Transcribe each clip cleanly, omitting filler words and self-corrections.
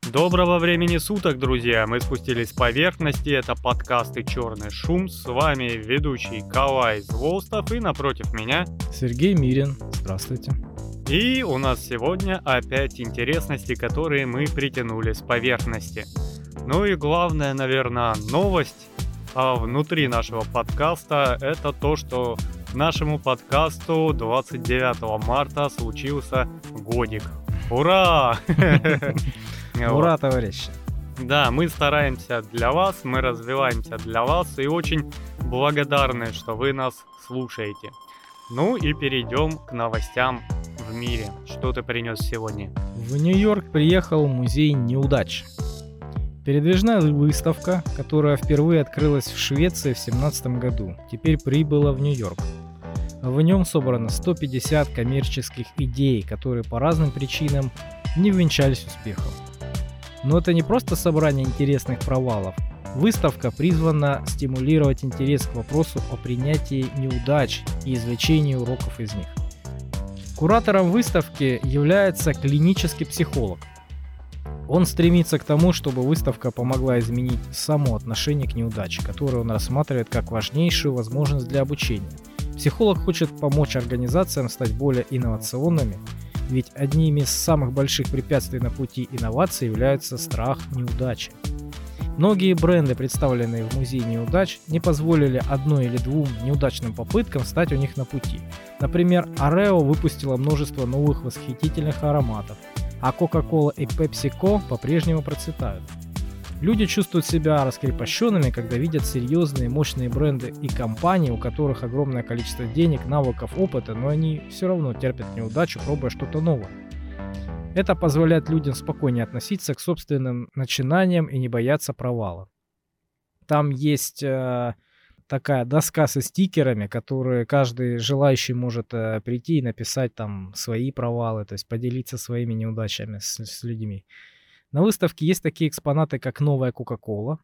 Доброго времени суток, друзья! Мы спустились с поверхности, это подкасты «Черный шум». С вами ведущий Калай Зволстов и напротив меня Сергей Мирин. Здравствуйте. И у нас сегодня опять интересности, которые мы притянули с поверхности. Ну и главная, наверное, новость внутри нашего подкаста — это то, что нашему подкасту 29 марта случился годик. Ура! Ура, товарищи! Да, мы стараемся для вас, мы развиваемся для вас и очень благодарны, что вы нас слушаете. Ну и перейдем к новостям в мире. Что ты принес сегодня? В Нью-Йорк приехал музей неудач. Передвижная выставка, которая впервые открылась в Швеции в 2017 году, теперь прибыла в Нью-Йорк. В нем собрано 150 коммерческих идей, которые по разным причинам не увенчались успехом. Но это не просто собрание интересных провалов. Выставка призвана стимулировать интерес к вопросу о принятии неудач и извлечении уроков из них. Куратором выставки является клинический психолог. Он стремится к тому, чтобы выставка помогла изменить само отношение к неудаче, которую он рассматривает как важнейшую возможность для обучения. Психолог хочет помочь организациям стать более инновационными, ведь одним из самых больших препятствий на пути инноваций является страх неудачи. Многие бренды, представленные в музее неудач, не позволили одной или двум неудачным попыткам стать у них на пути. Например, Oreo выпустила множество новых восхитительных ароматов, а Coca-Cola и PepsiCo по-прежнему процветают. Люди чувствуют себя раскрепощенными, когда видят серьезные, мощные бренды и компании, у которых огромное количество денег, навыков, опыта, но они все равно терпят неудачу, пробуя что-то новое. Это позволяет людям спокойнее относиться к собственным начинаниям и не бояться провала. Там есть такая доска со стикерами, которые каждый желающий может прийти и написать там свои провалы, то есть поделиться своими неудачами с людьми. На выставке есть такие экспонаты, как новая Coca-Cola.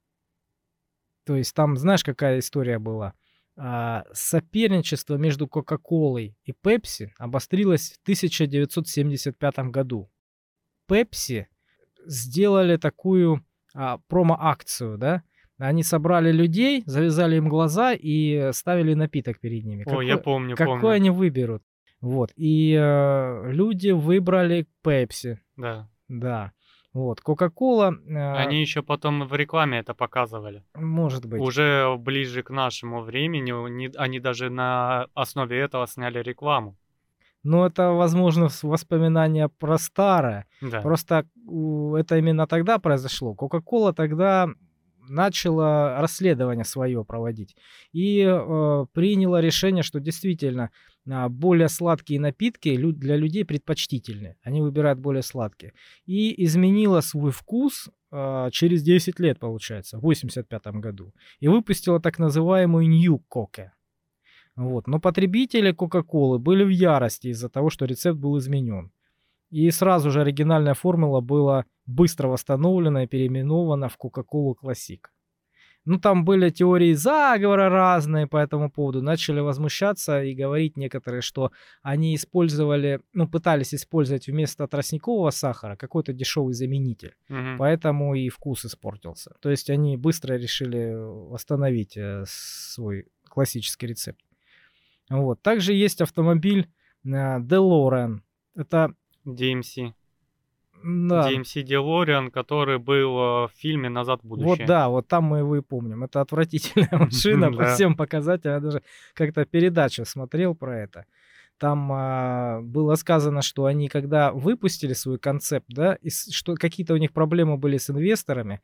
То есть там, знаешь, какая история была? Соперничество между Coca-Cola и Pepsi обострилось в 1975 году. Pepsi сделали такую промо-акцию, да? Они собрали людей, завязали им глаза и ставили напиток перед ними. Я помню. Какой они выберут. Вот. И люди выбрали Pepsi. Да. Вот, Coca-Cola... Они еще потом в рекламе это показывали. Может быть. Уже ближе к нашему времени они даже на основе этого сняли рекламу. Ну, это, возможно, воспоминания про старое. Да. Просто это именно тогда произошло. Coca-Cola тогда начала расследование свое проводить и приняла решение, что действительно более сладкие напитки для людей предпочтительны. Они выбирают более сладкие. И изменила свой вкус через 10 лет, получается, в 1985 году. И выпустила так называемую New Coke. Вот. Но потребители Coca-Cola были в ярости из-за того, что рецепт был изменен. И сразу же оригинальная формула была быстро восстановлена и переименована в Coca-Cola Classic. Ну, там были теории заговора разные по этому поводу. Начали возмущаться и говорить некоторые, что они использовали, пытались использовать вместо тростникового сахара какой-то дешевый заменитель. Поэтому и вкус испортился. То есть они быстро решили восстановить свой классический рецепт. Вот. Также есть автомобиль DeLorean. Это DMC. Да. DMC DeLorean, который был в фильме «Назад в будущее». Вот да, вот там мы его и помним. Это отвратительная машина по всем показателям. Я даже как-то передачу смотрел про это. Там было сказано, что они когда выпустили свой концепт, да, и что какие-то у них проблемы были с инвесторами,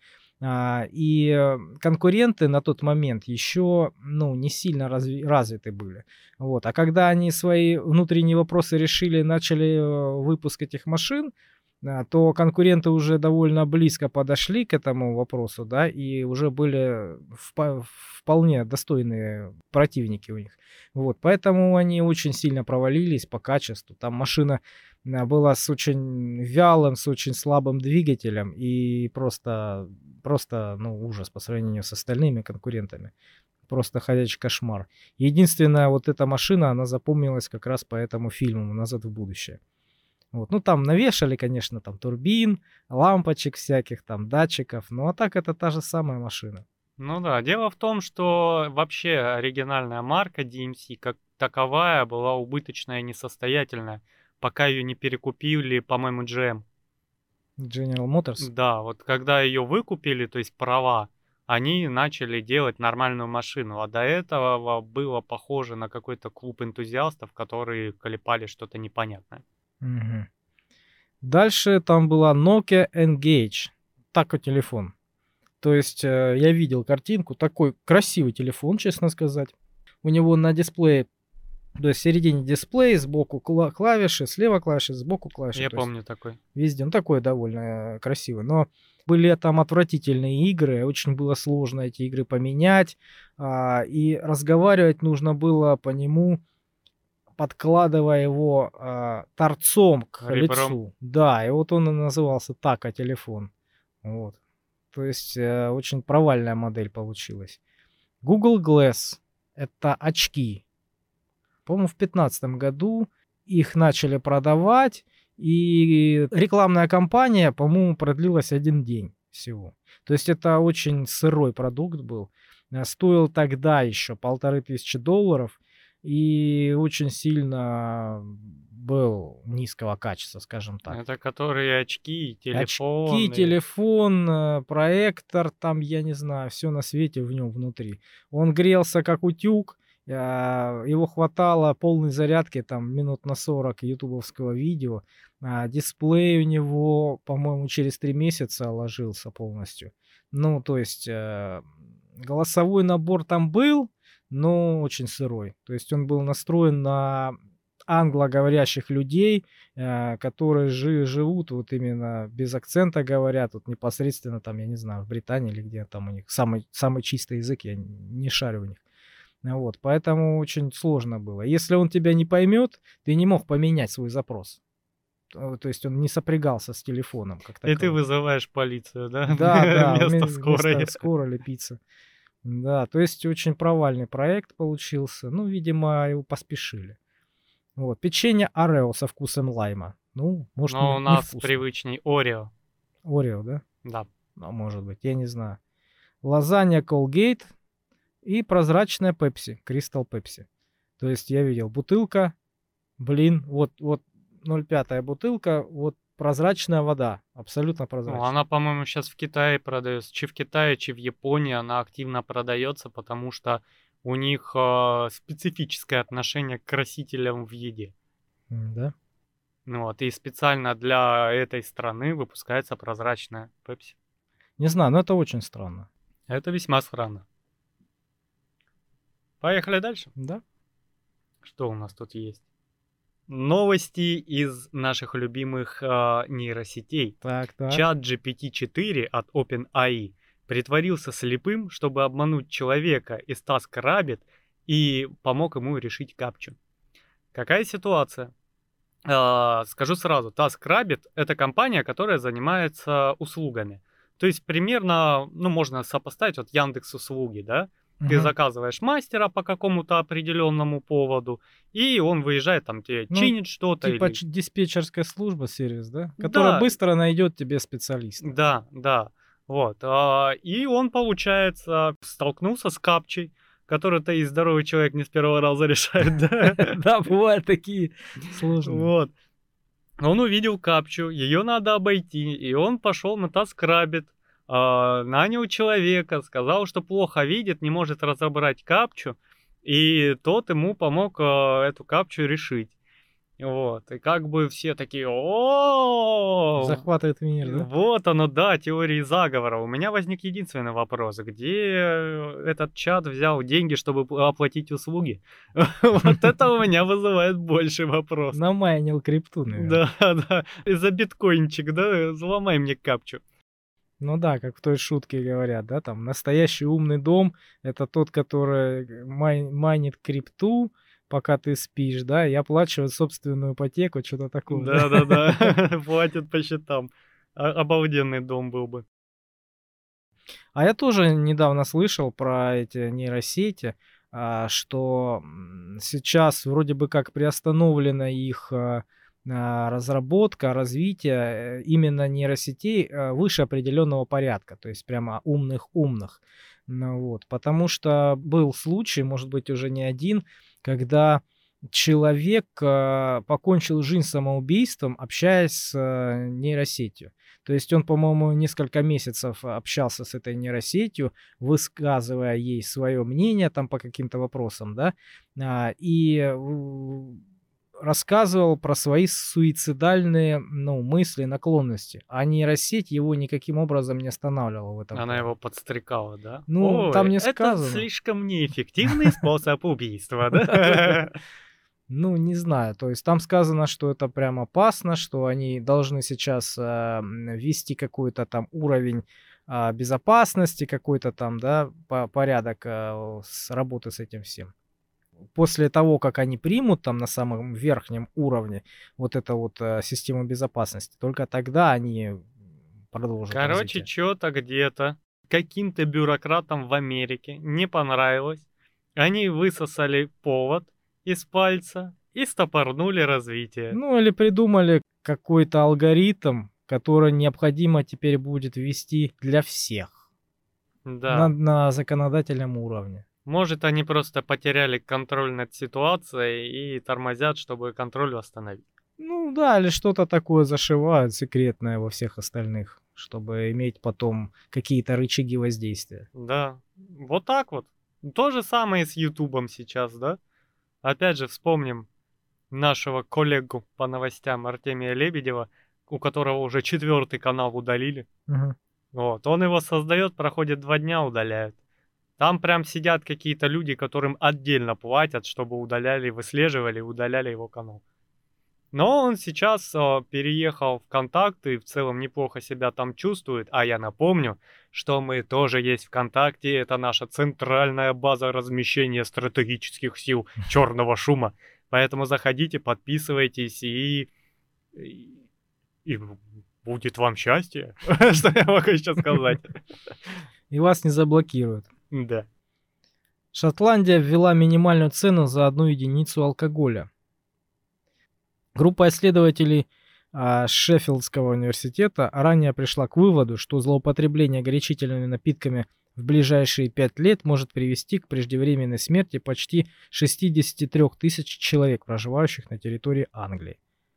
и конкуренты на тот момент еще не сильно развиты были. Вот. А когда они свои внутренние вопросы решили, начали выпуск этих машин, то конкуренты уже довольно близко подошли к этому вопросу, да, и уже были вполне достойные противники у них. Вот, поэтому они очень сильно провалились по качеству. Там машина была с очень вялым, с очень слабым двигателем и просто ужас по сравнению с остальными конкурентами. Просто ходячий кошмар. Единственная вот эта машина, она запомнилась как раз по этому фильму «Назад в будущее». Вот. Ну, там навешали, конечно, там турбин, лампочек всяких, там датчиков. Ну, а так это та же самая машина. Ну да, дело в том, что вообще оригинальная марка DMC как таковая была убыточная и несостоятельная, пока ее не перекупили, по-моему, GM. General Motors. Да, вот когда ее выкупили, то есть права, они начали делать нормальную машину, а до этого было похоже на какой-то клуб энтузиастов, которые колепали что-то непонятное. Мгм. Дальше там была Nokia Engage. Такой телефон. То есть я видел картинку. Такой красивый телефон, честно сказать. У него на дисплее, то есть в середине дисплея, сбоку клавиши, слева клавиши, сбоку клавиши. Я То есть помню такой. везде. Ну, такой довольно красивый. Но были там отвратительные игры. Очень было сложно эти игры поменять. И разговаривать нужно было по нему, подкладывая его торцом к Ребром. лицу. Да, и вот он и назывался Така телефон. Вот. То есть очень провальная модель получилась. Google Glass — это очки. По-моему, в 2015 году их начали продавать, и рекламная кампания, по-моему, продлилась 1 день всего. То есть это очень сырой продукт был. Стоил тогда еще $1500 и очень сильно был низкого качества, скажем так. Это которые очки, телефон. Очки, телефон, проектор, там, я не знаю, все на свете в нем внутри. Он грелся как утюг, его хватало полной зарядки, там, минут на 40 ютубовского видео. Дисплей у него, по-моему, через 3 месяца ложился полностью. Ну, то есть голосовой набор там был, но очень сырой. То есть он был настроен на англоговорящих людей, которые живут вот именно без акцента, говорят, вот непосредственно там, я не знаю, в Британии или где там у них самый чистый язык, я не шарю в них. Вот, поэтому очень сложно было. Если он тебя не поймет, ты не мог поменять свой запрос. То есть он не сопрягался с телефоном как И ты таковым. вызываешь полицию, да? Да, Вместо скорой. вместо скорой лепиться. Да, то есть очень провальный проект получился. Ну, видимо, его поспешили. Вот, печенье Орео со вкусом лайма. Ну, может, Но у не нас вкусно. привычней Орео. Орео, да? Да. Ну, может быть, я не знаю. Лазанья Colgate и прозрачная Пепси, Crystal Pepsi. То есть я видел бутылка, блин, вот 0,5 бутылка, вот прозрачная вода, абсолютно Ну, прозрачная. она, по-моему, сейчас в Китае продается. Чи в Китае, чи в Японии она активно продается, потому что у них специфическое отношение к красителям в еде. Да? Ну вот, и специально для этой страны выпускается прозрачная Пепси. Не знаю, но это очень странно. Это весьма странно. Поехали дальше. Да? Что у нас тут есть? Новости из наших любимых нейросетей. Так. Чат GPT-4 от OpenAI притворился слепым, чтобы обмануть человека из TaskRabbit и помог ему решить капчу. Какая ситуация? Скажу сразу, TaskRabbit — это компания, которая занимается услугами. То есть примерно, ну, можно сопоставить вот Яндекс.Услуги, да? Ты Мгм. заказываешь мастера по какому-то определенному поводу, и он выезжает, там тебе Ну, чинит что-то. Типа Или... диспетчерская служба, сервис, да? Которая Да, быстро найдет тебе специалиста. да. Вот. И он, получается, столкнулся с капчей, которую-то и здоровый человек не с первого раза решает, да? Да, бывают такие сложные. Вот. Он увидел капчу, ее надо обойти, и он пошел на TaskRabbit, нанял человека, сказал, что плохо видит, не может разобрать капчу, и тот ему помог эту капчу решить. Вот, и как бы все такие: о, Захватывает мир, да? вот оно, да, теории заговора. У меня возник единственный вопрос: где этот чат взял деньги, чтобы оплатить услуги? Вот это у меня вызывает больше вопросов. Намайнил крипту, наверное. Да. И за биткоинчик, да, взломай мне капчу. Ну да, как в той шутке говорят, да, там настоящий умный дом — это тот, который майнит крипту, пока ты спишь, да, и оплачивает собственную ипотеку, что-то такое. Да. Платит по счетам. Обалденный дом был бы. А я тоже недавно слышал про эти нейросети, что сейчас вроде бы как приостановлено их разработка, развитие именно нейросетей выше определенного порядка, то есть прямо умных-умных. Ну вот, потому что был случай, может быть, уже не один, когда человек покончил жизнь самоубийством, общаясь с нейросетью. То есть он, по-моему, несколько месяцев общался с этой нейросетью, высказывая ей свое мнение там по каким-то вопросам, да, рассказывал про свои суицидальные, ну, мысли, наклонности, а нейросеть его никаким образом не останавливала в этом Она плане. его подстрекала, да? Ну, там Ой, не это сказано. слишком неэффективный способ убийства, да? Ну, не знаю, то есть там сказано, что это прям опасно, что они должны сейчас ввести какой-то там уровень безопасности, какой-то там, да, порядок с работы с этим всем. После того, как они примут там на самом верхнем уровне вот эту вот систему безопасности, только тогда они продолжат Короче, развитие. что-то где-то каким-то бюрократам в Америке не понравилось. Они высосали повод из пальца и стопорнули развитие. Ну, или придумали какой-то алгоритм, который необходимо теперь будет ввести для всех Да. на законодательном уровне. Может, они просто потеряли контроль над ситуацией и тормозят, чтобы контроль восстановить. Ну да, или что-то такое зашивают секретное во всех остальных, чтобы иметь потом какие-то рычаги воздействия. Да, вот так вот. То же самое с Ютубом сейчас, да? Опять же, вспомним нашего коллегу по новостям Артемия Лебедева, у которого уже 4-й канал удалили. Мгм. Вот, он его создает, проходит 2 дня, удаляют. Там прям сидят какие-то люди, которым отдельно платят, чтобы удаляли, выслеживали и удаляли его канал. Но он сейчас переехал в ВКонтакт и в целом неплохо себя там чувствует. А я напомню, что мы тоже есть ВКонтакте. Это наша центральная база размещения стратегических сил черного шума. Поэтому заходите, подписывайтесь и будет вам счастье. Что я могу еще сказать? И вас не заблокируют. Да. Шотландия ввела минимальную цену за 1 единицу алкоголя. Группа исследователей Шеффилдского университета ранее пришла к выводу, что злоупотребление горячительными напитками в ближайшие 5 лет может привести к преждевременной смерти почти 63 тысяч человек, проживающих на территории Англии.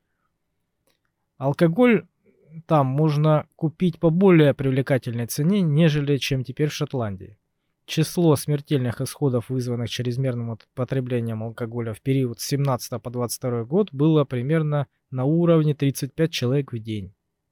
Алкоголь там можно купить по более привлекательной цене, нежели чем теперь в Шотландии. Число смертельных исходов, вызванных чрезмерным потреблением алкоголя в период с 17 по 22 год, было примерно на уровне 35 человек в день.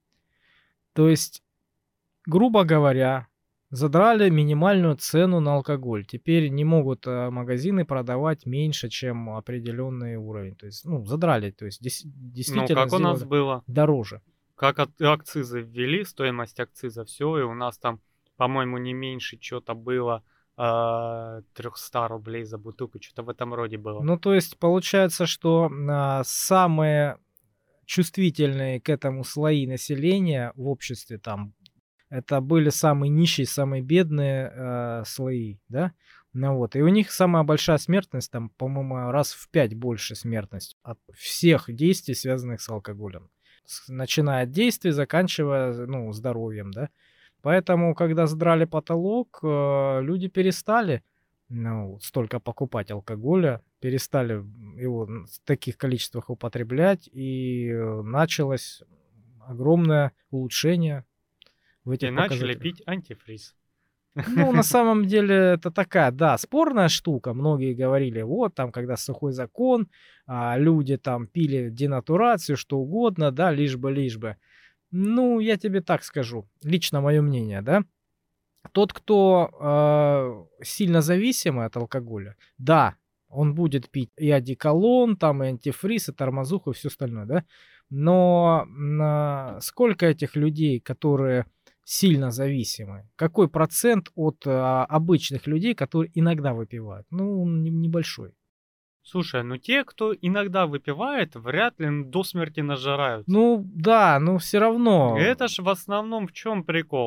То есть, грубо говоря, задрали минимальную цену на алкоголь. Теперь не могут магазины продавать меньше, чем определенный уровень. То есть, ну, задрали, то есть действительно Ну, как у нас сделали было. дороже. Как акцизы ввели, стоимость акциза, все, и у нас там, по-моему, не меньше что-то было 300 рублей за бутылку, что-то в этом роде было. Ну, то есть получается, что самые чувствительные к этому слои населения в обществе там, это были самые нищие, самые бедные слои, да? Ну вот, и у них самая большая смертность, там, по-моему, раз в 5 больше смертность от всех действий, связанных с алкоголем. Начиная от действий, заканчивая, ну, здоровьем, да? Поэтому, когда задрали потолок, люди перестали, ну, столько покупать алкоголя, перестали его в таких количествах употреблять, и началось огромное улучшение в И этих начали показателях. пить антифриз. Ну, на самом деле, это такая, да, спорная штука. Многие говорили, вот, там, когда сухой закон, люди там пили денатурацию, что угодно, да, лишь бы. Ну, я тебе так скажу, лично мое мнение, да. Тот, кто сильно зависимый от алкоголя, да, он будет пить и одеколон, там, и антифриз, и тормозуху, и все остальное, да. Но сколько этих людей, которые сильно зависимы? Какой процент от обычных людей, которые иногда выпивают? Ну, он небольшой. Слушай, ну те, кто иногда выпивает, вряд ли до смерти нажираются. Ну, да, но все равно. Это ж в основном в чем прикол?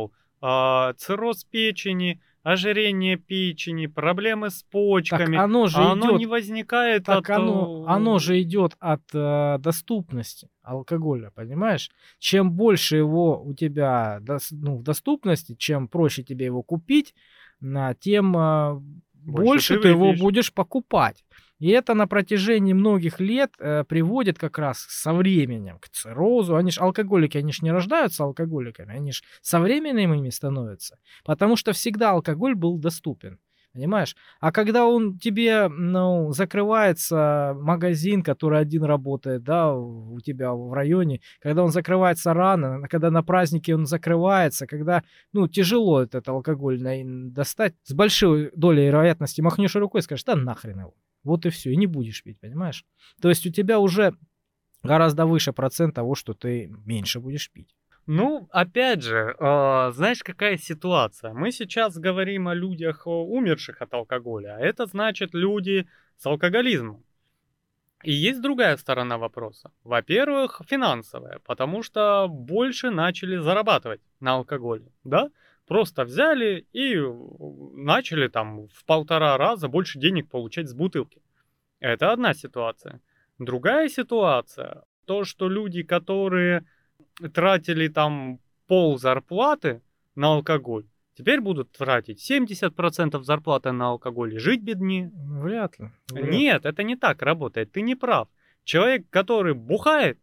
цирроз печени, ожирение печени, проблемы с Так почками. оно же А оно не идет, возникает так от... оно же идет от доступности алкоголя, понимаешь? Чем больше его у тебя в доступности, чем проще тебе его купить, тем Больше больше ты ты его выпьешь. будешь покупать. И это на протяжении многих лет приводит как раз со временем к циррозу. Они ж алкоголики, они ж не рождаются алкоголиками, они ж со временем ими становятся. Потому что всегда алкоголь был доступен. Понимаешь? А когда он тебе, закрывается магазин, который один работает, да, у тебя в районе, когда он закрывается рано, когда на празднике он закрывается, когда, тяжело этот алкоголь достать, с большой долей вероятности махнешь рукой и скажешь, да нахрен его. Вот и все, и не будешь пить, понимаешь? То есть у тебя уже гораздо выше процент того, что ты меньше будешь пить. Ну, опять же, знаешь, какая ситуация? Мы сейчас говорим о людях, умерших от алкоголя, а это значит люди с алкоголизмом. И есть другая сторона вопроса. Во-первых, финансовая, потому что больше начали зарабатывать на алкоголе, да? Просто взяли и начали там в 1,5 раза больше денег получать с бутылки. Это одна ситуация. Другая ситуация, то, что люди, которые тратили там пол зарплаты на алкоголь, теперь будут тратить 70% зарплаты на алкоголь и жить беднее. Вряд ли. Нет, это не так работает, ты не прав. Человек, который бухает,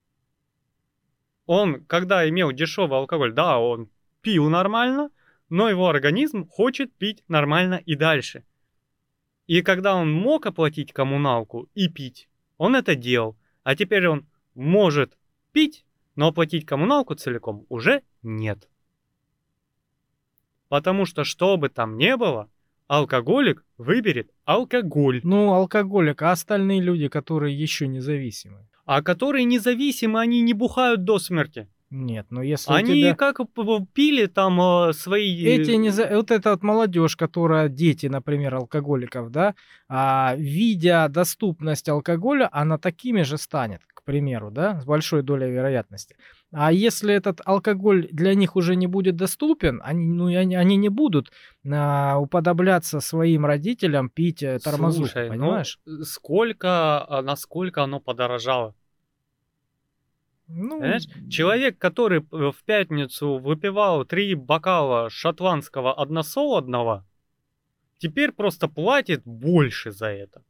он, когда имел дешевый алкоголь, да, он пил нормально, но его организм хочет пить нормально и дальше. И когда он мог оплатить коммуналку и пить, он это делал. А теперь он может пить, но оплатить коммуналку целиком уже нет. Потому что бы там ни было, алкоголик выберет алкоголь. Ну, алкоголик, а остальные люди, которые еще независимы? А которые независимы, они не бухают до смерти. Нет, но если у Они тебя... как пили там свои... Вот эта вот молодежь, которая дети, например, алкоголиков, да, видя доступность алкоголя, она такими же станет, к примеру, да, с большой долей вероятности. А если этот алкоголь для них уже не будет доступен, они не будут уподобляться своим родителям пить тормозуху, Слушай, понимаешь? насколько оно подорожало? Ну, Понимаешь? Человек, который в пятницу выпивал 3 бокала шотландского односолодного, теперь просто платит больше за это.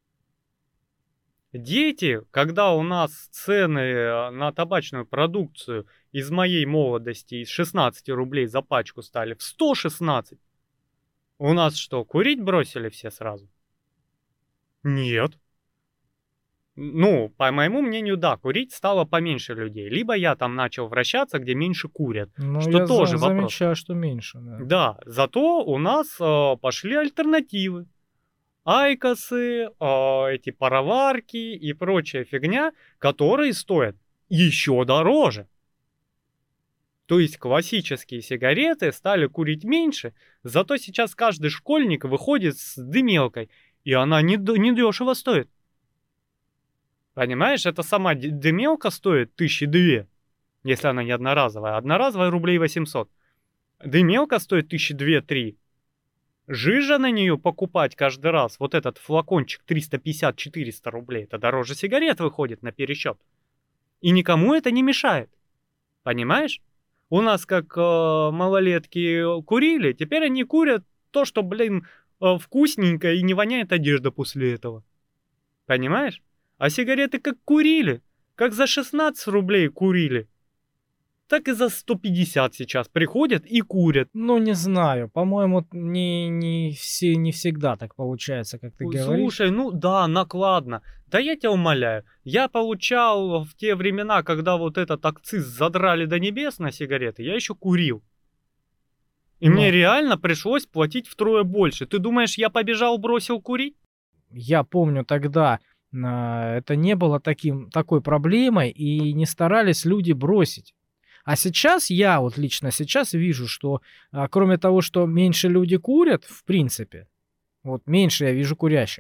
Дети, когда у нас цены на табачную продукцию из моей молодости из 16 рублей за пачку стали в 116, у нас что, курить бросили все сразу? Нет. Ну, по моему мнению, да, курить стало поменьше людей. Либо я там начал вращаться, где меньше курят, что я тоже вопрос. замечаю, что меньше, да. Да, зато у нас пошли альтернативы. Айкосы, эти пароварки и прочая фигня, которые стоят еще дороже. То есть классические сигареты стали курить меньше, зато сейчас каждый школьник выходит с дымелкой, и она не дешево стоит. Понимаешь, эта сама дымелка стоит 1002, если она не одноразовая. Одноразовая рублей 800. Дымелка стоит 1002-3. Жижа на нее покупать каждый раз, вот этот флакончик 350-400 рублей, это дороже сигарет выходит на пересчет. И никому это не мешает. Понимаешь? У нас как малолетки курили, теперь они курят то, что, вкусненько и не воняет одежда после этого. Понимаешь? А сигареты как курили, как за 16 рублей курили, так и за 150 сейчас приходят и курят. Ну, не знаю, по-моему, не всегда так получается, как ты говоришь. Слушай, ну да, накладно. Да я тебя умоляю, я получал в те времена, когда вот этот акциз задрали до небес на сигареты, я еще курил. И мне реально пришлось платить втрое больше. Ты думаешь, я побежал, бросил курить? Я помню тогда, это не было такой проблемой, и не старались люди бросить. А сейчас я вот лично сейчас вижу, что кроме того, что меньше люди курят, в принципе, вот меньше я вижу курящих,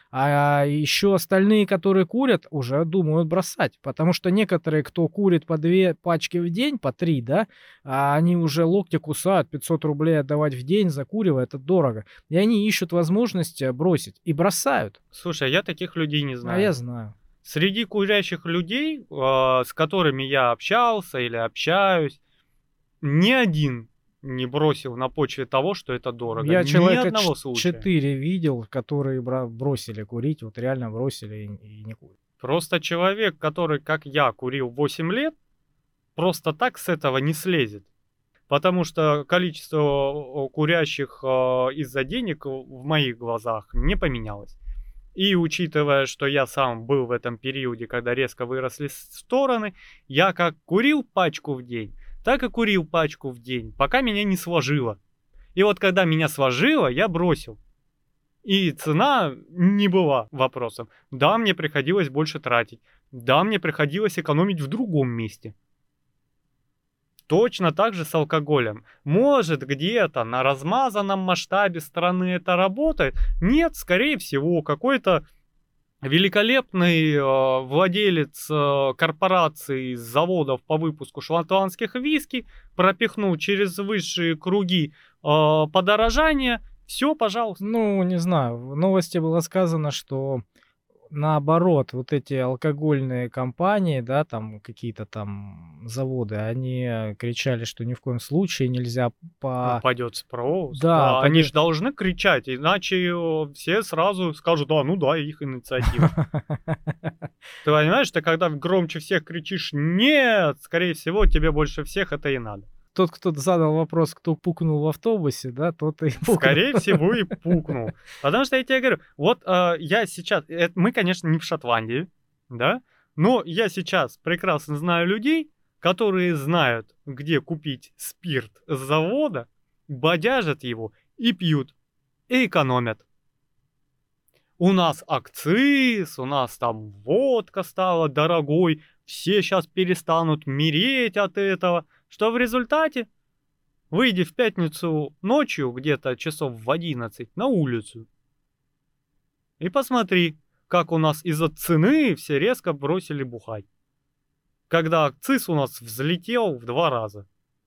А еще остальные, которые курят, уже думают бросать. Потому что некоторые, кто курит по 2 пачки в день, по 3, да, они уже локти кусают, 500 рублей отдавать в день, закуривая, это дорого. И они ищут возможность бросить и бросают. Слушай, я таких людей не А я знаю. знаю. Среди курящих людей, с которыми я общался или общаюсь, ни один не бросил на почве того, что это дорого. Я Ни человека одного случая. 4 видел, которые бросили курить, вот реально бросили и не курят. Просто человек, который, как я, курил 8 лет, просто так с этого не слезет. Потому что количество курящих из-за денег в моих глазах не поменялось. И учитывая, что я сам был в этом периоде, когда резко выросли стороны, я как курил пачку в день, так и курил пачку в день, пока меня не сложило. И вот когда меня сложило, я бросил. И цена не была вопросом. Да, мне приходилось больше тратить. Да, мне приходилось экономить в другом месте. Точно так же с алкоголем. Может, где-то на размазанном масштабе страны это работает? Нет, скорее всего, какой-то великолепный владелец корпорации заводов по выпуску шотландских виски пропихнул через высшие круги подорожания. Все, пожалуйста. Ну, не знаю, в новости было сказано, что наоборот, вот эти алкогольные компании, да, там какие-то там заводы, они кричали, что ни в коем случае нельзя Упадет спрос. Да, Да, они же должны кричать, иначе все сразу скажут, да, ну да, их инициатива. Ты понимаешь, что когда громче всех кричишь «нет», скорее всего, тебе больше всех это и надо. Тот, кто задал вопрос, кто пукнул в автобусе, да, тот и пукнул. Скорее всего, и пукнул. Потому что я тебе говорю, вот я сейчас, мы, конечно, не в Шотландии, да, но я сейчас прекрасно знаю людей, которые знают, где купить спирт с завода, бодяжат его и пьют, и экономят. У нас акциз, у нас там водка стала дорогой, все сейчас перестанут мереть от этого. Что в результате? Выйди в пятницу ночью, где-то часов в 11, на улицу. И посмотри, как у нас из-за цены все резко бросили бухать. Когда акциз у нас взлетел в 2 раза.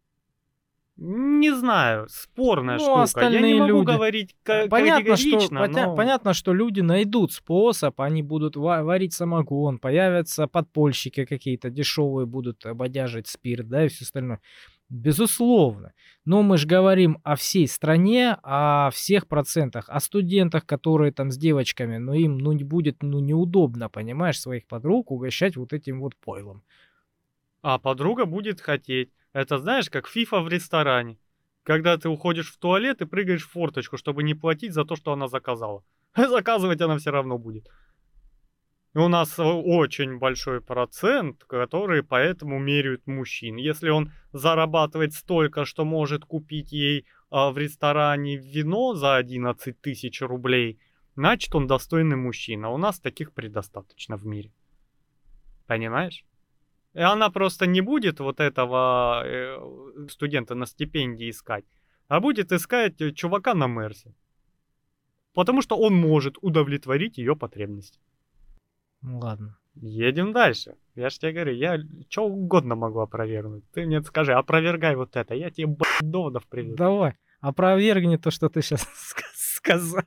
Не знаю, спорная Ну, штука. Я не остальные могу люди. говорить Понятно, что, категорично, но... понятно, что люди найдут способ, они будут варить самогон, появятся подпольщики какие-то дешевые, будут бодяжить спирт, да, и все остальное. Безусловно. Но мы же говорим о всей стране, о всех процентах, о студентах, которые там с девочками, но им, ну, не будет, ну, неудобно, понимаешь, своих подруг угощать вот этим вот пойлом. А подруга будет хотеть. Это знаешь, как фифа в ресторане. Когда ты уходишь в туалет и прыгаешь в форточку, чтобы не платить за то, что она заказала. Заказывать она все равно будет. И у нас очень большой процент, который поэтому меряют мужчин. Если он зарабатывает столько, что может купить ей в ресторане вино за 11 тысяч рублей, значит он достойный мужчина. У нас таких предостаточно в мире. Понимаешь? И она просто не будет вот этого студента на стипендии искать, а будет искать чувака на Мерсе. Потому что он может удовлетворить ее потребности. Ну ладно. Едем дальше. Я ж тебе говорю, я что угодно могу опровергнуть. Ты мне скажи, опровергай вот это, я тебе, доводов приведу. Давай, опровергни то, что ты сейчас сказал.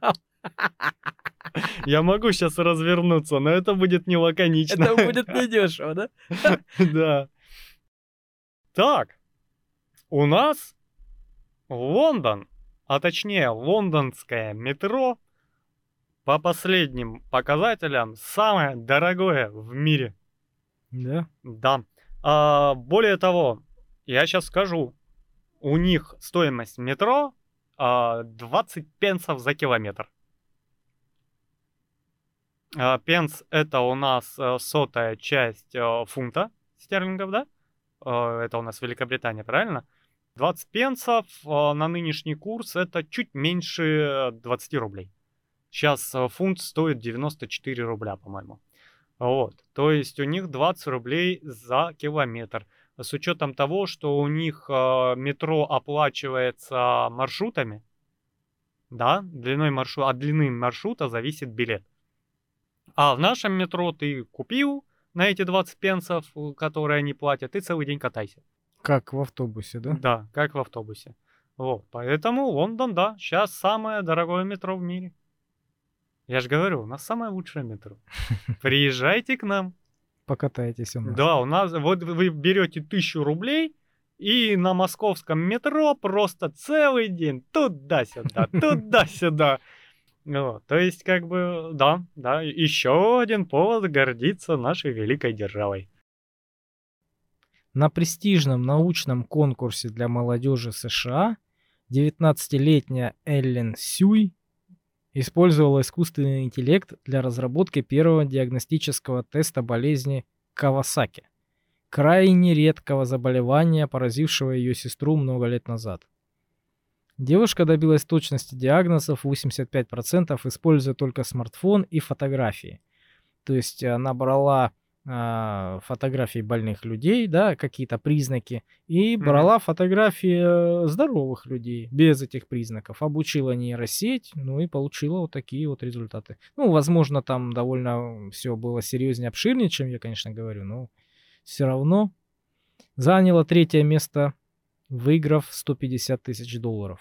Я могу сейчас развернуться, но это будет не лаконично. Это будет недешево, да? Да. Так, у нас Лондон, а точнее лондонское метро, по последним показателям, самое дорогое в мире. Да. Да. Более того, я сейчас скажу, у них стоимость метро 20 пенсов за километр. Пенс это у нас 100-я часть фунта стерлингов, да? Это у нас Великобритания, правильно? 20 пенсов на нынешний курс это чуть меньше 20 рублей. Сейчас фунт стоит 94 рубля, по-моему. Вот. То есть у них 20 рублей за километр. С учетом того, что у них метро оплачивается маршрутами, да, от длины маршрута зависит билет. А в нашем метро ты купил на эти 20 пенсов, которые они платят, и целый день катайся. Как в автобусе, да? Да, как в автобусе. Вот, поэтому Лондон, да, сейчас самое дорогое метро в мире. Я же говорю, у нас самое лучшее метро. Приезжайте к нам. Покатайтесь у нас. Да, у нас, вот вы берете 1000 рублей, и на московском метро просто целый день туда-сюда, туда-сюда. Вот, то есть, как бы, да, еще один повод гордиться нашей великой державой. На престижном научном конкурсе для молодежи США 19-летняя Эллен Сюй использовала искусственный интеллект для разработки первого диагностического теста болезни Кавасаки, крайне редкого заболевания, поразившего ее сестру много лет назад. Девушка добилась точности диагнозов 85%, используя только смартфон и фотографии. То есть она брала фотографии больных людей, да, какие-то признаки, и брала фотографии здоровых людей без этих признаков, обучила нейросеть, ну и получила вот такие вот результаты. Ну, возможно, там довольно все было серьезнее, обширнее, чем я, конечно, говорю, но все равно заняла 3-е место, выиграв $150 тысяч.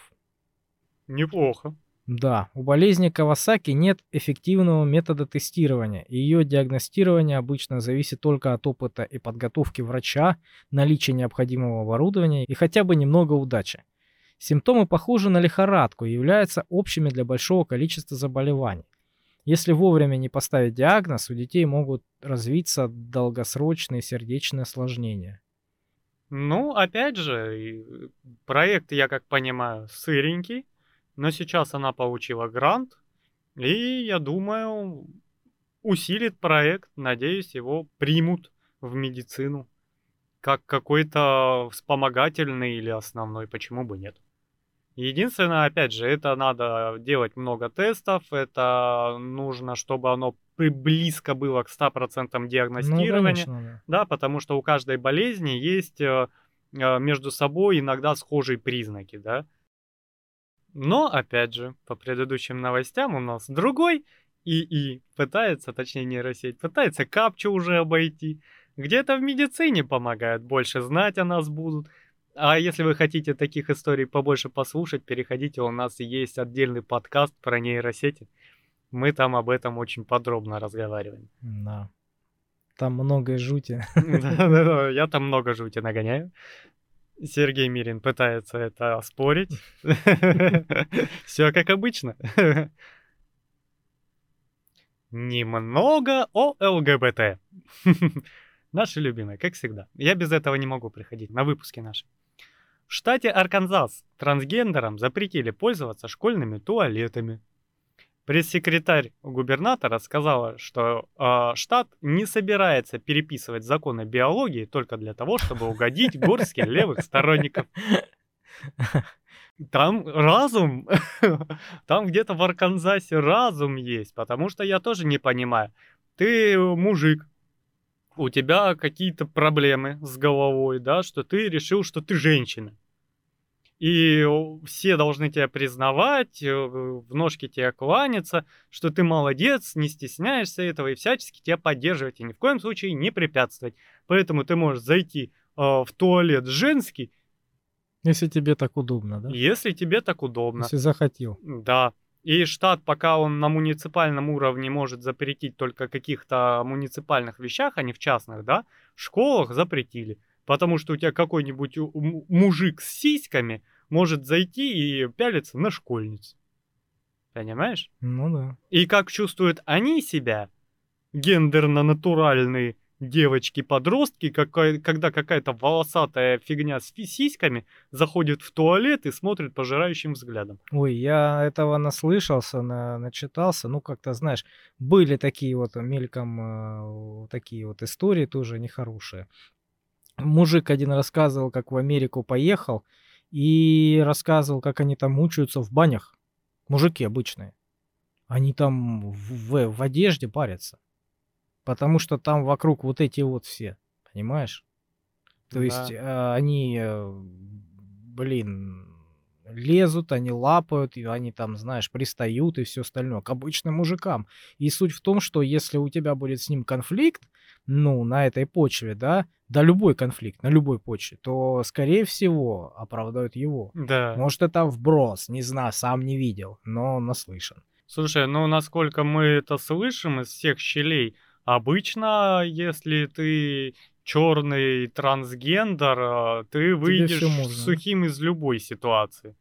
Неплохо. Да, у болезни Кавасаки нет эффективного метода тестирования, и ее диагностирование обычно зависит только от опыта и подготовки врача, наличия необходимого оборудования и хотя бы немного удачи. Симптомы похожи на лихорадку и являются общими для большого количества заболеваний. Если вовремя не поставить диагноз, у детей могут развиться долгосрочные сердечные осложнения. Ну, опять же, проект, я как понимаю, сыренький. Но сейчас она получила грант, и, я думаю, усилит проект. Надеюсь, его примут в медицину как какой-то вспомогательный или основной. Почему бы нет? Единственное, опять же, это надо делать много тестов. Это нужно, чтобы оно близко было к 100% диагностирования. Ну, конечно, да, потому что у каждой болезни есть между собой иногда схожие признаки, да. Но, опять же, по предыдущим новостям у нас другой ИИ пытается, точнее нейросеть, пытается капчу уже обойти. Где-то в медицине помогают, больше знать о нас будут. А если вы хотите таких историй побольше послушать, переходите, у нас есть отдельный подкаст про нейросети. Мы там об этом очень подробно разговариваем. Да. Там много жути. Да, я там много жути нагоняю. Сергей Мирин пытается это оспорить. Все как обычно. Немного о ЛГБТ. Наши любимые, как всегда. Я без этого не могу приходить на выпуски наши. В штате Арканзас трансгендерам запретили пользоваться школьными туалетами. Пресс-секретарь губернатора сказала, что штат не собирается переписывать законы биологии только для того, чтобы угодить горстке левых сторонников. Там разум, там где-то в Арканзасе разум есть, потому что я тоже не понимаю. Ты мужик, у тебя какие-то проблемы с головой, да, что ты решил, что ты женщина. И все должны тебя признавать, в ножки тебе кланяться, что ты молодец, не стесняешься этого и всячески тебя поддерживать, и ни в коем случае не препятствовать. Поэтому ты можешь зайти в туалет женский. Если тебе так удобно, да? Если тебе так удобно. Если захотел. Да. И штат, пока он на муниципальном уровне может запретить только каких-то муниципальных вещах, а не в частных, да, в школах запретили. Потому что у тебя какой-нибудь мужик с сиськами может зайти и пялиться на школьницу. Понимаешь? Ну да. И как чувствуют они себя, гендерно-натуральные девочки-подростки, когда какая-то волосатая фигня с сиськами заходит в туалет и смотрит пожирающим взглядом. Ой, я этого наслышался, начитался. Ну, как-то, знаешь, были такие вот мельком такие вот истории тоже нехорошие. Мужик один рассказывал, как в Америку поехал, и рассказывал, как они там мучаются в банях. Мужики обычные. Они там в одежде парятся. Потому что там вокруг вот эти вот все. Понимаешь? То есть они, блин, лезут, они лапают, и они там, знаешь, пристают и все остальное к обычным мужикам. И суть в том, что если у тебя будет с ним конфликт, ну, на этой почве, да, любой конфликт, на любой почве, то, скорее всего, оправдают его. Да. Может, это вброс, не знаю, сам не видел, но наслышан. Слушай, ну насколько мы это слышим из всех щелей, обычно, если ты черный трансгендер, ты Тебе все выйдешь можно, да? сухим из любой ситуации.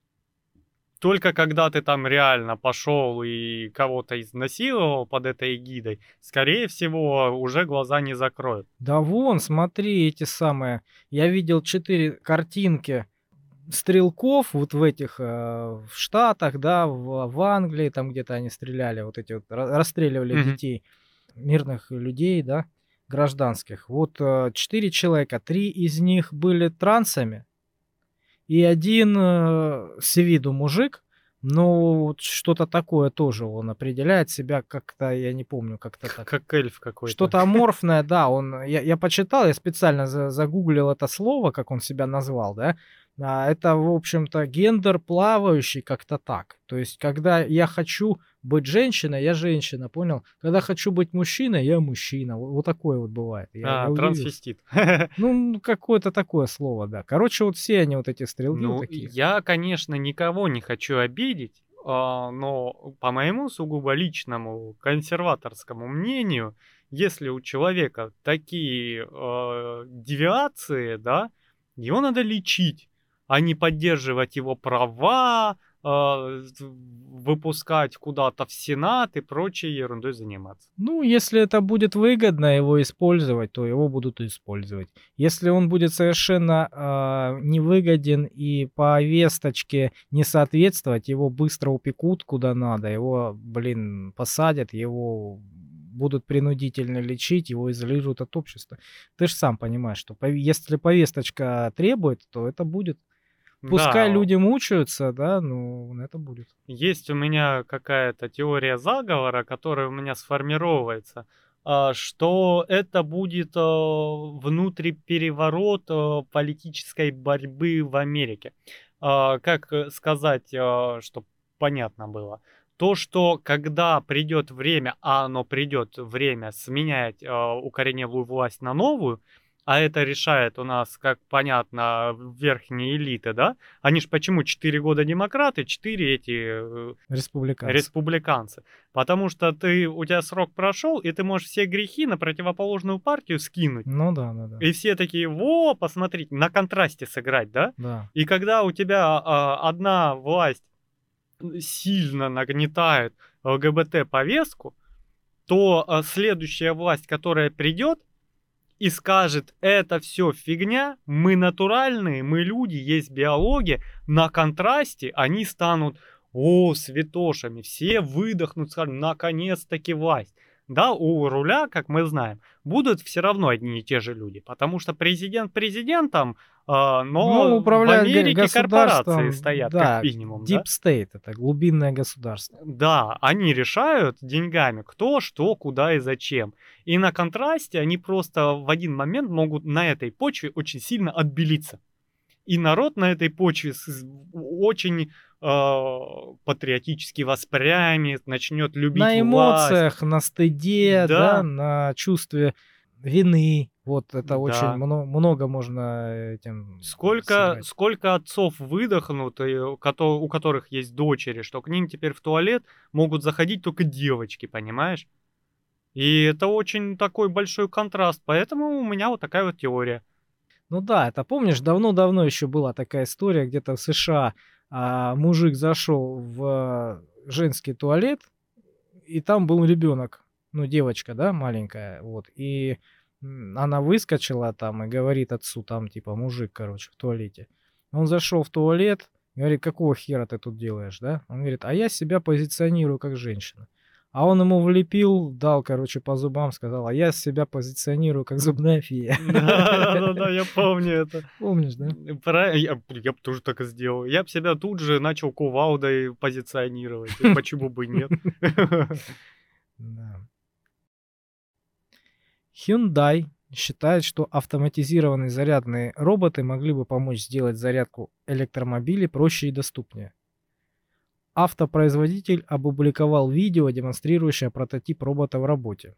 Только когда ты там реально пошел и кого-то изнасиловал под этой эгидой, скорее всего, уже глаза не закроют. Да вон, смотри, эти самые. Я видел 4 картинки стрелков вот в этих, в Штатах, да, в Англии, там где-то они стреляли, вот эти вот, расстреливали Мгм. детей, мирных людей, да, гражданских. Вот 4 человека, 3 из них были трансами, и один с виду мужик, но вот что-то такое тоже он определяет себя как-то, я не помню, как-то так. Как эльф какой-то. Что-то аморфное, да, я почитал, я специально загуглил это слово, как он себя назвал, да. Это, в общем-то, гендер плавающий, как-то так. То есть, когда я хочу быть женщиной, я женщина, понял? Когда хочу быть мужчиной, я мужчина. Вот такое вот бывает. Я удивился. Трансвестит. Ну, какое-то такое слово, да. Короче, вот все они, вот эти стрелки вот Ну, такие. я, конечно, никого не хочу обидеть, но по моему сугубо личному консерваторскому мнению, если у человека такие девиации, да, его надо лечить, а не поддерживать его права, выпускать куда-то в Сенат и прочей ерундой заниматься. Ну, если это будет выгодно его использовать, то его будут использовать. Если он будет совершенно невыгоден и по весточке не соответствовать, его быстро упекут куда надо, его, блин, посадят, его будут принудительно лечить, его изолируют от общества. Ты же сам понимаешь, что если повесточка требует, то это будет. Пускай Да, люди мучаются, да, но это будет. есть у меня какая-то теория заговора, которая у меня сформировывается, что это будет внутри переворот политической борьбы в Америке. Как сказать, чтобы понятно было? То, что когда придет время, а оно придет время сменять укоренелую власть на новую, а это решает у нас, как понятно, верхние элиты, да? Они ж почему 4 года демократы, 4 эти Республиканцы. республиканцы? Потому что у тебя срок прошел, и ты можешь все грехи на противоположную партию скинуть. Ну да, да, да. И все такие, во, посмотрите, на контрасте сыграть, да? Да. И когда у тебя одна власть сильно нагнетает ЛГБТ-повестку, то следующая власть, которая придет, и скажет, это все фигня, мы натуральные, мы люди, есть биология, на контрасте они станут, святошами, все выдохнут, скажут, наконец-таки власть. Да, у руля, как мы знаем, будут все равно одни и те же люди, потому что президент президентом, Ну, но в управляет Америке корпорации государством, стоят, как да, минимум, да? deep state, это глубинное государство. Да, они решают деньгами, кто, что, куда и зачем. И на контрасте они просто в один момент могут на этой почве очень сильно отбелиться. И народ на этой почве очень патриотически воспрянет, начнет любить На власть. эмоциях, на стыде, да, Да, на чувстве вины. Вот это очень да. много можно этим Сколько, сыграть. сколько отцов выдохнут, у которых есть дочери, что к ним теперь в туалет могут заходить только девочки, понимаешь? И это очень такой большой контраст, поэтому у меня вот такая вот теория. Ну да, это помнишь, давно-давно еще была такая история, где-то в США мужик зашел в женский туалет, и там был ребенок, ну, девочка, да, маленькая, вот, и она выскочила там и говорит отцу, там, типа, мужик, короче, в туалете. Он зашел в туалет, говорит, какого хера ты тут делаешь, да? Он говорит, а я себя позиционирую как женщина. А он ему влепил, дал, короче, по зубам, сказал, а я себя позиционирую как зубная фея. Да, я помню это. Помнишь, да? Я бы тоже так и сделал. Я бы себя тут же начал кувалдой позиционировать. И почему бы нет? Да. Hyundai считает, что автоматизированные зарядные роботы могли бы помочь сделать зарядку электромобилей проще и доступнее. Автопроизводитель опубликовал видео, демонстрирующее прототип робота в работе.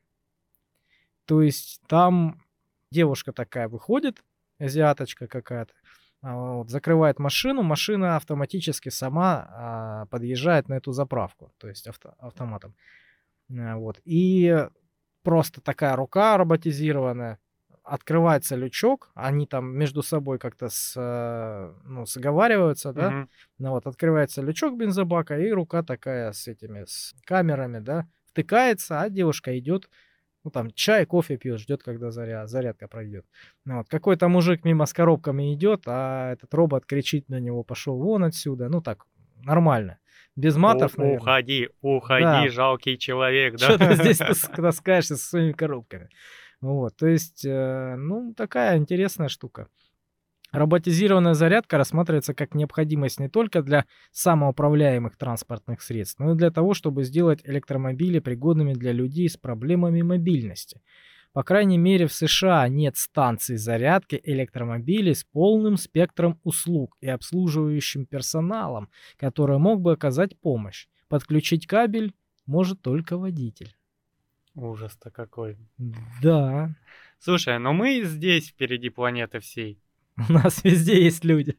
То есть там девушка такая выходит, азиаточка какая-то, вот, закрывает машину, машина автоматически сама подъезжает на эту заправку, то есть автоматом. Вот. И просто такая рука роботизированная, открывается лючок, они там между собой как-то сговариваются, да, Мгм. вот, открывается лючок бензобака, и рука такая с камерами, да, втыкается, а девушка идет, там чай, кофе пьет, ждет, когда зарядка пройдет. Вот. Какой-то мужик мимо с коробками идет, а этот робот кричит на него: пошел вон отсюда. Так, нормально. Без матов, наверное. Уходи, Да. жалкий человек, да? Что ты здесь таскаешься со своими коробками? Вот, то есть, такая интересная штука. Роботизированная зарядка рассматривается как необходимость не только для самоуправляемых транспортных средств, но и для того, чтобы сделать электромобили пригодными для людей с проблемами мобильности. По крайней мере, в США нет станций зарядки электромобилей с полным спектром услуг и обслуживающим персоналом, который мог бы оказать помощь. Подключить кабель может только водитель. Ужас-то какой. Да, Слушай, но мы здесь, впереди планеты всей. у нас везде есть люди.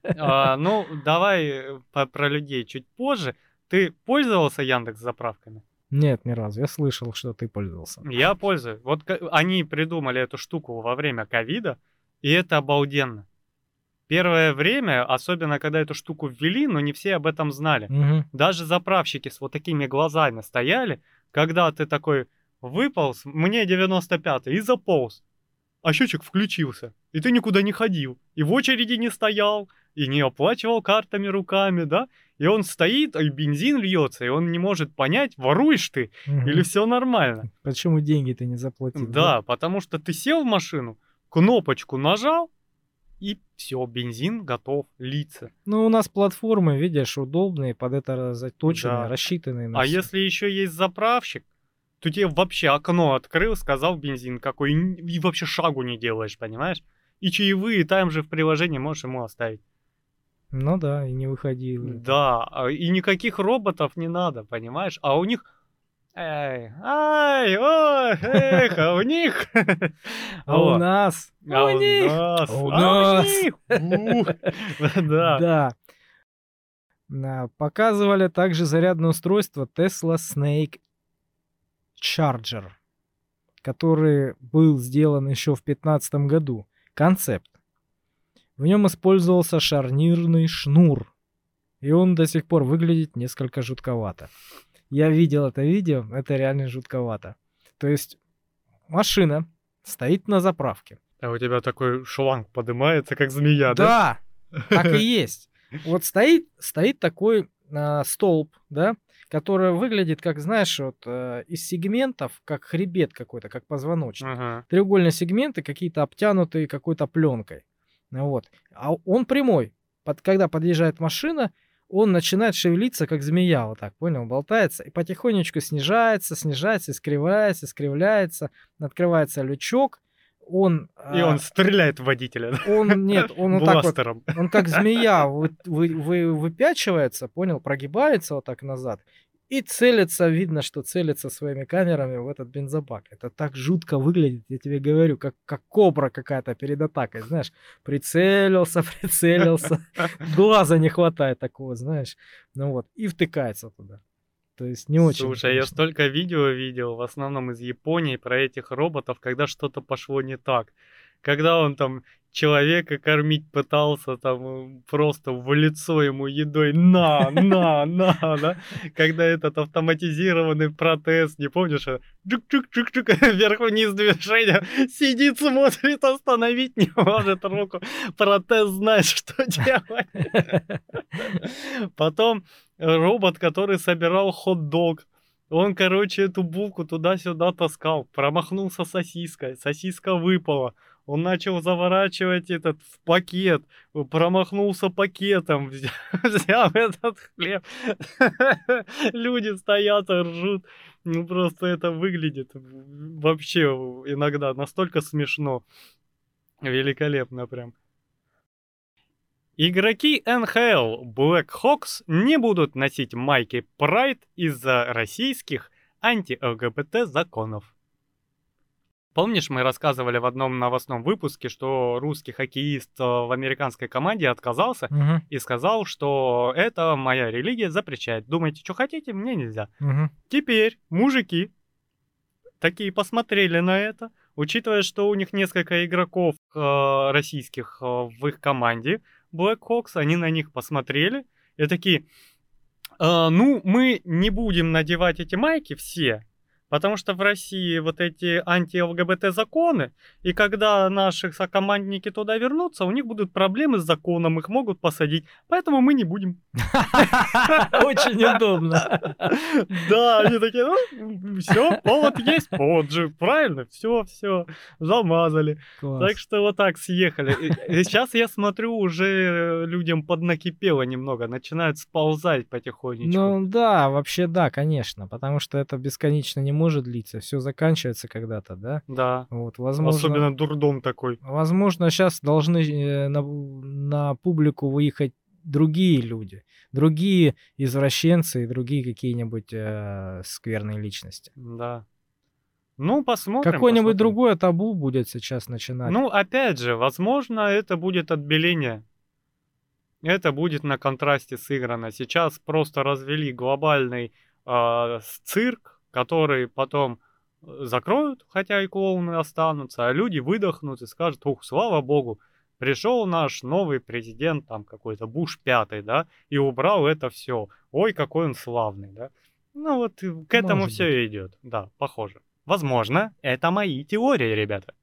Давай про людей чуть позже. Ты пользовался Яндекс.Заправками? Нет, ни разу. Я слышал, что ты пользовался. Я пользуюсь. Вот они придумали эту штуку во время ковида, и это обалденно. Первое время, особенно когда эту штуку ввели, но не все об этом знали. Мгм. Даже заправщики с вот такими глазами стояли, когда ты такой выполз, мне 95-й, и заполз. А счетчик включился, и ты никуда не ходил, и в очереди не стоял, и не оплачивал картами руками, да? И он стоит, и бензин льется, и он не может понять, воруешь ты Мгм. или все нормально. Почему деньги ты не заплатил? Да, потому что ты сел в машину, кнопочку нажал, и все, бензин готов литься. У нас платформы, видишь, удобные, под это заточенные, Да. рассчитанные на А всё. если еще есть заправщик, то тебе вообще окно открыл, сказал бензин какой, и вообще шагу не делаешь, понимаешь? И чаевые там же в приложении можешь ему оставить. Ну да, и не выходил. Да, и никаких роботов не надо, понимаешь? А у них... а у них... А у Вот. нас? А у них! нас... А у а нас! них! Ух. Да. Да. Показывали также зарядное устройство Tesla Snake Charger, который был сделан еще в 2015 году. Концепт. В нем использовался шарнирный шнур, и он до сих пор выглядит несколько жутковато. Я видел это видео, это реально жутковато. То есть машина стоит на заправке. А у тебя такой шланг поднимается, как змея, да? Да, так и есть. Вот стоит такой столб, да, который выглядит, как, знаешь, из сегментов, как хребет какой-то, как позвоночник. Ага. Треугольные сегменты какие-то обтянутые какой-то пленкой. Вот. А он прямой. Когда подъезжает машина, он начинает шевелиться, как змея, вот так, понял, болтается, и потихонечку снижается, искривляется, открывается лючок, И он стреляет в водителя, да? он вот так вот, Бластером. он как змея выпячивается, понял, прогибается вот так назад и целится, видно, что целится своими камерами в этот бензобак. Это так жутко выглядит, я тебе говорю, как кобра какая-то перед атакой, знаешь, прицелился, глаза не хватает такого, знаешь, и втыкается туда. То есть не очень. Слушай, я конечно. столько видео видел, в основном из Японии, про этих роботов, когда что-то пошло не так. Когда он там человека кормить пытался, там просто в лицо ему едой на, да? Когда этот автоматизированный протез, не помнишь, чук-чук-чук-чук, вверх-вниз движение, сидит, смотрит, остановить не может руку. Протез знает, что делать. Потом робот, который собирал хот-дог. Он, короче, эту булку туда-сюда таскал, промахнулся сосиской, сосиска выпала. Он начал заворачивать этот в пакет, промахнулся пакетом, взял этот хлеб. Люди стоят и ржут. Ну, просто это выглядит вообще иногда настолько смешно. Великолепно прям. Игроки НХЛ Black Hawks не будут носить майки Pride из-за российских анти-ЛГБТ законов. Помнишь, мы рассказывали в одном новостном выпуске, что русский хоккеист в американской команде отказался и сказал, что это моя религия запрещает. Думаете, что хотите, мне нельзя. Теперь мужики такие посмотрели на это, учитывая, что у них несколько игроков российских в их команде Black Hawks, они на них посмотрели и такие, ну, мы не будем надевать эти майки все, потому что в России вот эти анти-ЛГБТ законы, и когда наши сокомандники туда вернутся, у них будут проблемы с законом, их могут посадить, поэтому мы не будем. Очень удобно. Да, они такие, ну, все, повод есть, повод же, правильно, все, замазали. Так что вот так съехали. И сейчас я смотрю, уже людям поднакипело немного, начинают сползать потихонечку. Ну да, вообще да, конечно, потому что это бесконечно не может длиться, все заканчивается когда-то, да? Да. Вот, возможно, особенно дурдом такой. Возможно, сейчас должны на публику выехать другие люди, другие извращенцы и другие какие-нибудь скверные личности. Да. Ну, посмотрим. Какое-нибудь другое табу будет сейчас начинать. Ну, опять же, возможно, это будет отбеление. Это будет на контрасте сыграно. Сейчас просто развели глобальный цирк, который потом закроют, хотя и клоуны останутся, а люди выдохнут и скажут, ух, слава богу, пришел наш новый президент, там какой-то Буш 5, да, и убрал это все. Ой, какой он славный, да. Ну вот к этому все идет. Да, похоже. Возможно, это мои теории, ребята.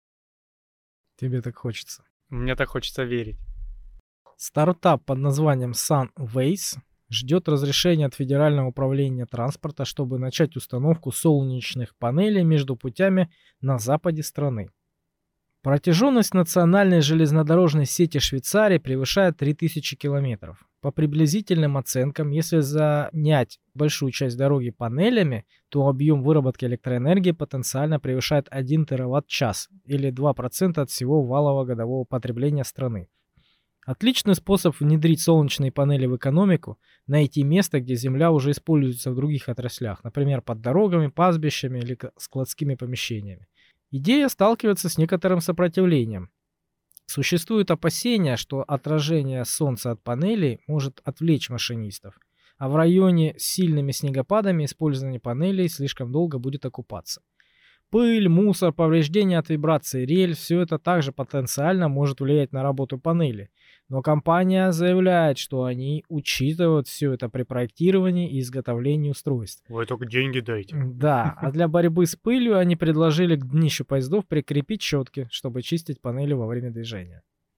Тебе так хочется. Мне так хочется верить. Стартап под названием Sunways ждет разрешения от Федерального управления транспорта, чтобы начать установку солнечных панелей между путями на западе страны. Протяженность национальной железнодорожной сети Швейцарии превышает 3000 километров. По приблизительным оценкам, если занять большую часть дороги панелями, то объем выработки электроэнергии потенциально превышает 1 тераватт-час или 2% от всего валового годового потребления страны. Отличный способ внедрить солнечные панели в экономику – найти место, где земля уже используется в других отраслях, например, под дорогами, пастбищами или складскими помещениями. Идея сталкивается с некоторым сопротивлением. Существует опасение, что отражение солнца от панелей может отвлечь машинистов, а в районе с сильными снегопадами использование панелей слишком долго будет окупаться. Пыль, мусор, повреждения от вибрации рельс – все это также потенциально может влиять на работу панели. Но компания заявляет, что они учитывают все это при проектировании и изготовлении устройств. Вы только деньги дайте. Да, а для борьбы с пылью они предложили к днищу поездов прикрепить щетки, чтобы чистить панели во время движения.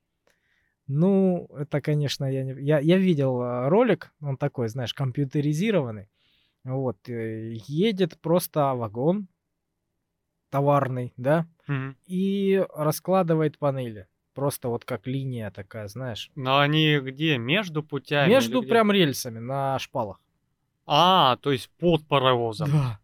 Ну, это, конечно, я видел ролик, он такой, знаешь, компьютеризированный. Вот, едет просто вагон товарный, да, и раскладывает панели. Просто вот как линия такая, знаешь. Но они где? Между путями? Между прям рельсами, на шпалах. А, то есть под паровозом. Да.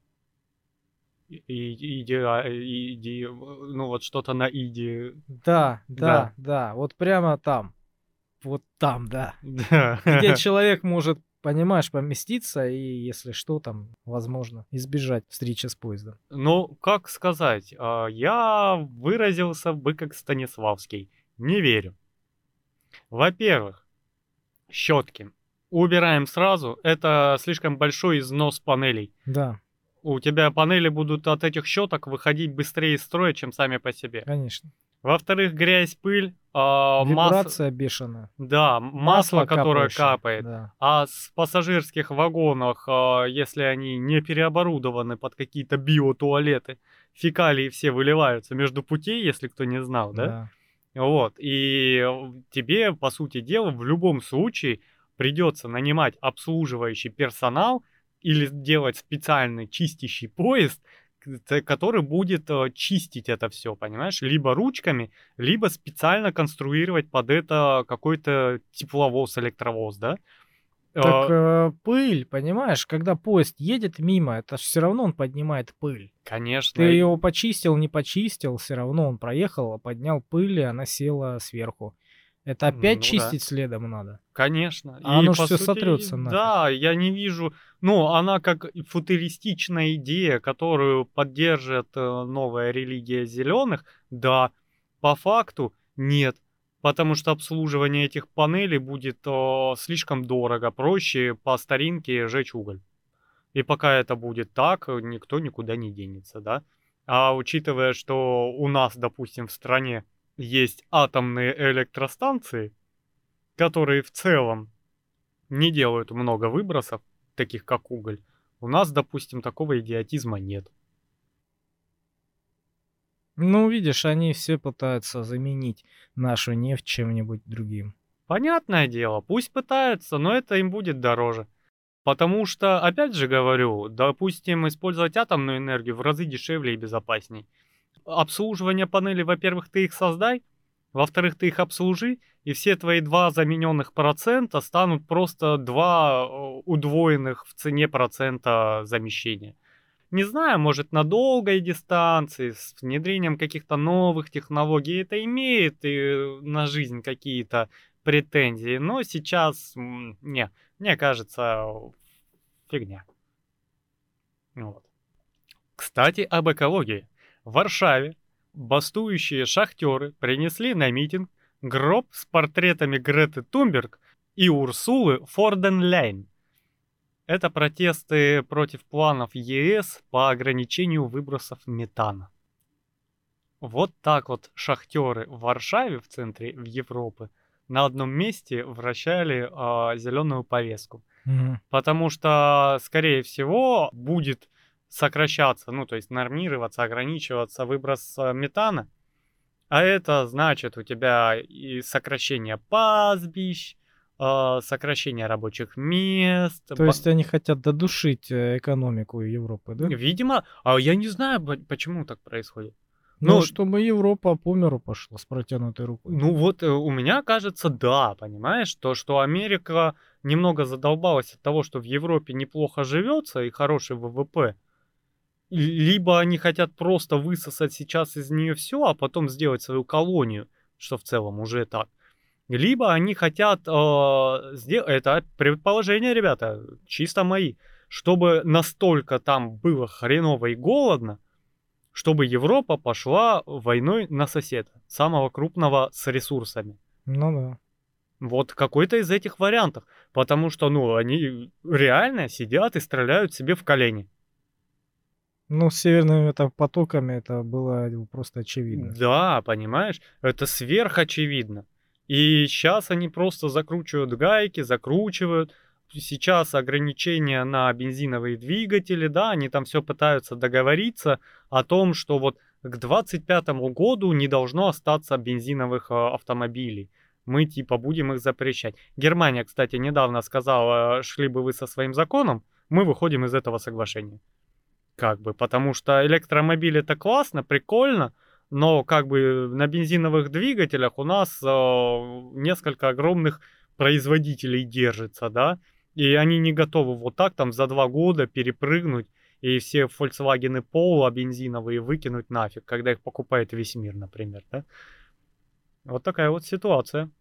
Ну вот что-то на иди. Да. Вот прямо там. Вот там, да. Да. Где человек может, понимаешь, поместиться и, если что, там, возможно, избежать встречи с поездом. Ну, как сказать, я выразился бы как Станиславский. Не верю. Во-первых, щетки. Убираем сразу. Это слишком большой износ панелей. Да. У тебя панели будут от этих щеток выходить быстрее из строя, чем сами по себе. Конечно. Во-вторых, грязь, пыль, вибрация бешеная. Да, масло, которое капает. Да. А с пассажирских вагонах, если они не переоборудованы под какие-то биотуалеты, фекалии все выливаются между путей, если кто не знал, да? Вот, и тебе, по сути дела, в любом случае придется нанимать обслуживающий персонал или делать специальный чистящий поезд, который будет чистить это все, понимаешь? Либо ручками, либо специально конструировать под это какой-то тепловоз, электровоз, да? Так Э, пыль, понимаешь, когда поезд едет мимо, это ж все равно он поднимает пыль. Ты Конечно, его почистил, не почистил, все равно он проехал, поднял пыль, и она села сверху. Это опять ну да. чистить следом надо. Конечно. А И оно ж по все сути, сотрется нафиг. да, я не вижу, ну, она как и футуристичная идея, которую поддержит новая религия зеленых, да, по факту нет, потому что обслуживание этих панелей будет слишком дорого, проще по старинке жечь уголь. И пока это будет так, никто никуда не денется, да. А учитывая, что у нас, допустим, в стране есть атомные электростанции, которые в целом не делают много выбросов, таких как уголь, у нас, допустим, такого идиотизма нет. Ну, видишь, они все пытаются заменить нашу нефть чем-нибудь другим. Понятное дело, пусть пытаются, но это им будет дороже. Потому что, опять же говорю, допустим, использовать атомную энергию в разы дешевле и безопасней. Обслуживание панелей, во-первых, ты их создай, во-вторых, ты их обслужи, и все твои 2 замененных процента станут просто 2 удвоенных в цене процента замещения. Не знаю, может, на долгой дистанции, с внедрением каких-то новых технологий это имеет на жизнь какие-то претензии, но сейчас, не, мне кажется, фигня. Вот. Кстати, об экологии. В Варшаве бастующие шахтеры принесли на митинг гроб с портретами Греты Тунберг и Урсулы фон дер Ляйен. Это протесты против планов ЕС по ограничению выбросов метана. Вот так вот шахтеры в Варшаве, в центре в Европы, на одном месте вращали зеленую повестку. Мгм. Потому что, скорее всего, будет сокращаться, ну, то есть нормироваться, ограничиваться выброс метана. А это значит у тебя и сокращение пастбищ, сокращение рабочих мест. То есть они хотят додушить экономику Европы, да? Видимо, а я не знаю, почему так происходит. Ну, Ну, чтобы Европа по миру пошла с протянутой рукой. ну вот у меня кажется, да, понимаешь, то, что Америка немного задолбалась от того, что в Европе неплохо живется и хороший ВВП. Либо они хотят просто высосать сейчас из нее все, а потом сделать свою колонию, что в целом уже так. Либо они хотят сделать, это предположения, ребята, чисто мои, чтобы настолько там было хреново и голодно, чтобы Европа пошла войной на соседа, самого крупного с ресурсами. Ну да. Вот какой-то из этих вариантов. Потому что, ну, они реально сидят и стреляют себе в колени. Ну, с северными потоками это было просто очевидно. Да, понимаешь, это сверхочевидно. И сейчас они просто закручивают гайки, закручивают. Сейчас ограничения на бензиновые двигатели, да, они там все пытаются договориться о том, что вот к 25 году не должно остаться бензиновых автомобилей. Мы типа будем их запрещать. Германия, кстати, недавно сказала, шли бы вы со своим законом, мы выходим из этого соглашения. Как бы, потому что электромобиль это классно, прикольно, но как бы на бензиновых двигателях у нас несколько огромных производителей держится, да, и они не готовы вот так там за 2 года перепрыгнуть и все Volkswagen Polo бензиновые выкинуть нафиг, когда их покупает весь мир, например, да. Вот такая вот ситуация.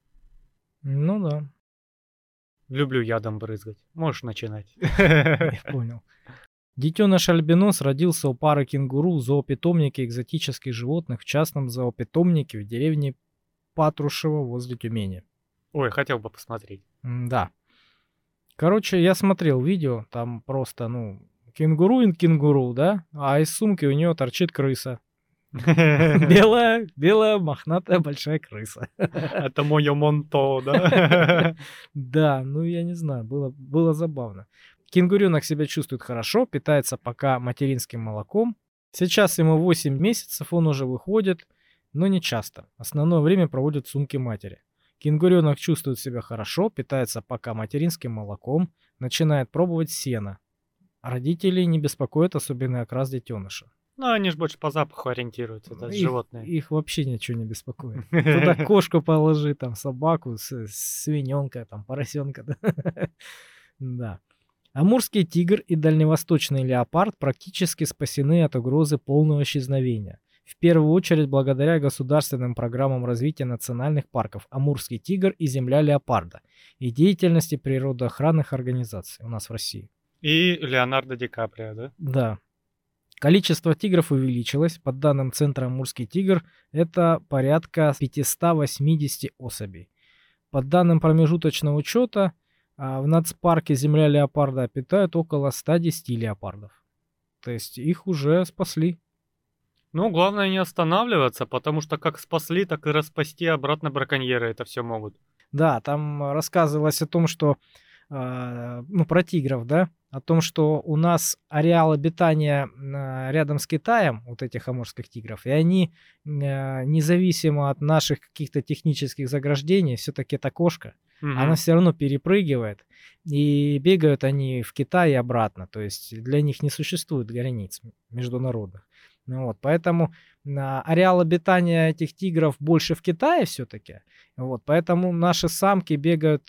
Ну да, Люблю ядом брызгать. Можешь начинать. я понял. Детеныш альбинос родился у пары кенгуру в зоопитомнике экзотических животных в частном зоопитомнике в деревне Патрушево возле Тюмени. Ой, хотел бы посмотреть. Да. Короче, я смотрел видео, там просто, ну, кенгуру и кенгуру, да, а из сумки у нее торчит крыса. Белая, мохнатая большая крыса. Это мое монто, да? Да, ну я не знаю, было забавно. Кенгуренок себя чувствует хорошо, питается пока материнским молоком. Сейчас ему 8 месяцев, он уже выходит, но не часто. Основное время проводит в сумке матери. Кенгуренок чувствует себя хорошо, питается пока материнским молоком, начинает пробовать сено. Родителей не беспокоит особенный окрас детеныша. Ну, они же больше по запаху ориентируются, это животные. Их вообще ничего не беспокоит. Туда кошку положи, там собаку, свиненка, там поросенка. Да. Амурский тигр и дальневосточный леопард практически спасены от угрозы полного исчезновения. В первую очередь благодаря государственным программам развития национальных парков «Амурский тигр» и «Земля леопарда» и деятельности природоохранных организаций у нас в России. И Леонардо Ди Каприо, да? Да. Количество тигров увеличилось. По данным Центра «Амурский тигр» это порядка 580 особей. По данным промежуточного учета, в нацпарке «Земля леопарда» питают около 110 леопардов. То есть их уже спасли. Ну, главное не останавливаться, потому что как спасли, так и распасти обратно браконьеры это все могут. Да, там рассказывалось о том, что, про тигров, да, о том, что у нас ареал обитания рядом с Китаем, вот этих амурских тигров, и они, независимо от наших каких-то технических заграждений, все-таки это кошка, она все равно перепрыгивает, и бегают они в Китай и обратно, то есть для них не существует границ международных. Вот, поэтому ареал обитания этих тигров больше в Китае все-таки. Вот, поэтому наши самки бегают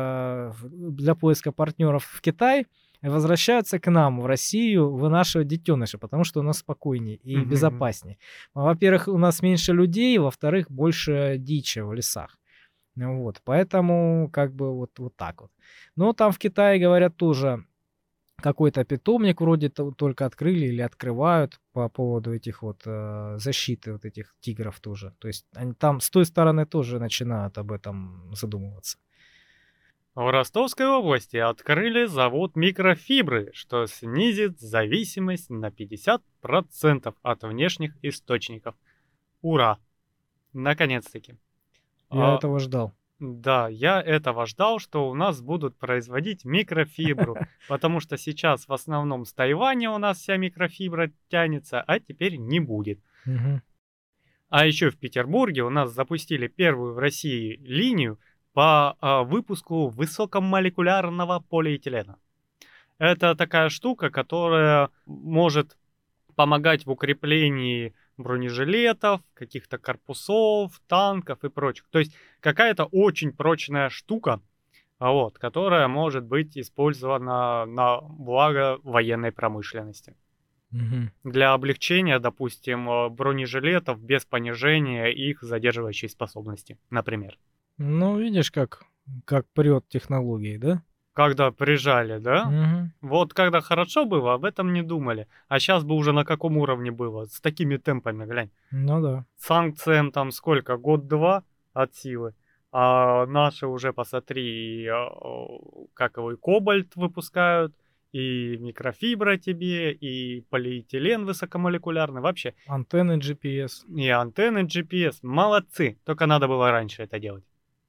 для поиска партнеров в Китай и возвращаются к нам в Россию вынашивать детенышей, потому что у нас спокойнее и безопаснее. Во-первых, у нас меньше людей, во-вторых, больше дичи в лесах. Вот, поэтому как бы вот так вот. Но там в Китае, говорят, тоже какой-то питомник вроде только открыли или открывают по поводу этих вот защиты вот этих тигров тоже. То есть они там с той стороны тоже начинают об этом задумываться. В Ростовской области открыли завод микрофибры, что снизит зависимость на 50% от внешних источников. Ура! Наконец-таки. Я этого ждал. Да, я этого ждал, что у нас будут производить микрофибру, потому что сейчас в основном с Тайваня у нас вся микрофибра тянется, а теперь не будет. А еще в Петербурге у нас запустили первую в России линию по выпуску высокомолекулярного полиэтилена. Это такая штука, которая может помогать в укреплении бронежилетов, каких-то корпусов, танков и прочих. То есть какая-то очень прочная штука, вот, которая может быть использована на благо военной промышленности. Для облегчения, допустим, бронежилетов без понижения их задерживающей способности, например. Ну, видишь, как прет технологии, да? Когда прижали, да? Вот когда хорошо было, об этом не думали. А сейчас бы уже на каком уровне было? С такими темпами, глянь. Ну да. Санкциям там сколько? Год-два от силы. А наши уже, посмотри, как его, и кобальт выпускают, и микрофибра тебе, и полиэтилен высокомолекулярный. Вообще. Антенны GPS. И антенны GPS. Молодцы. Только надо было раньше это делать.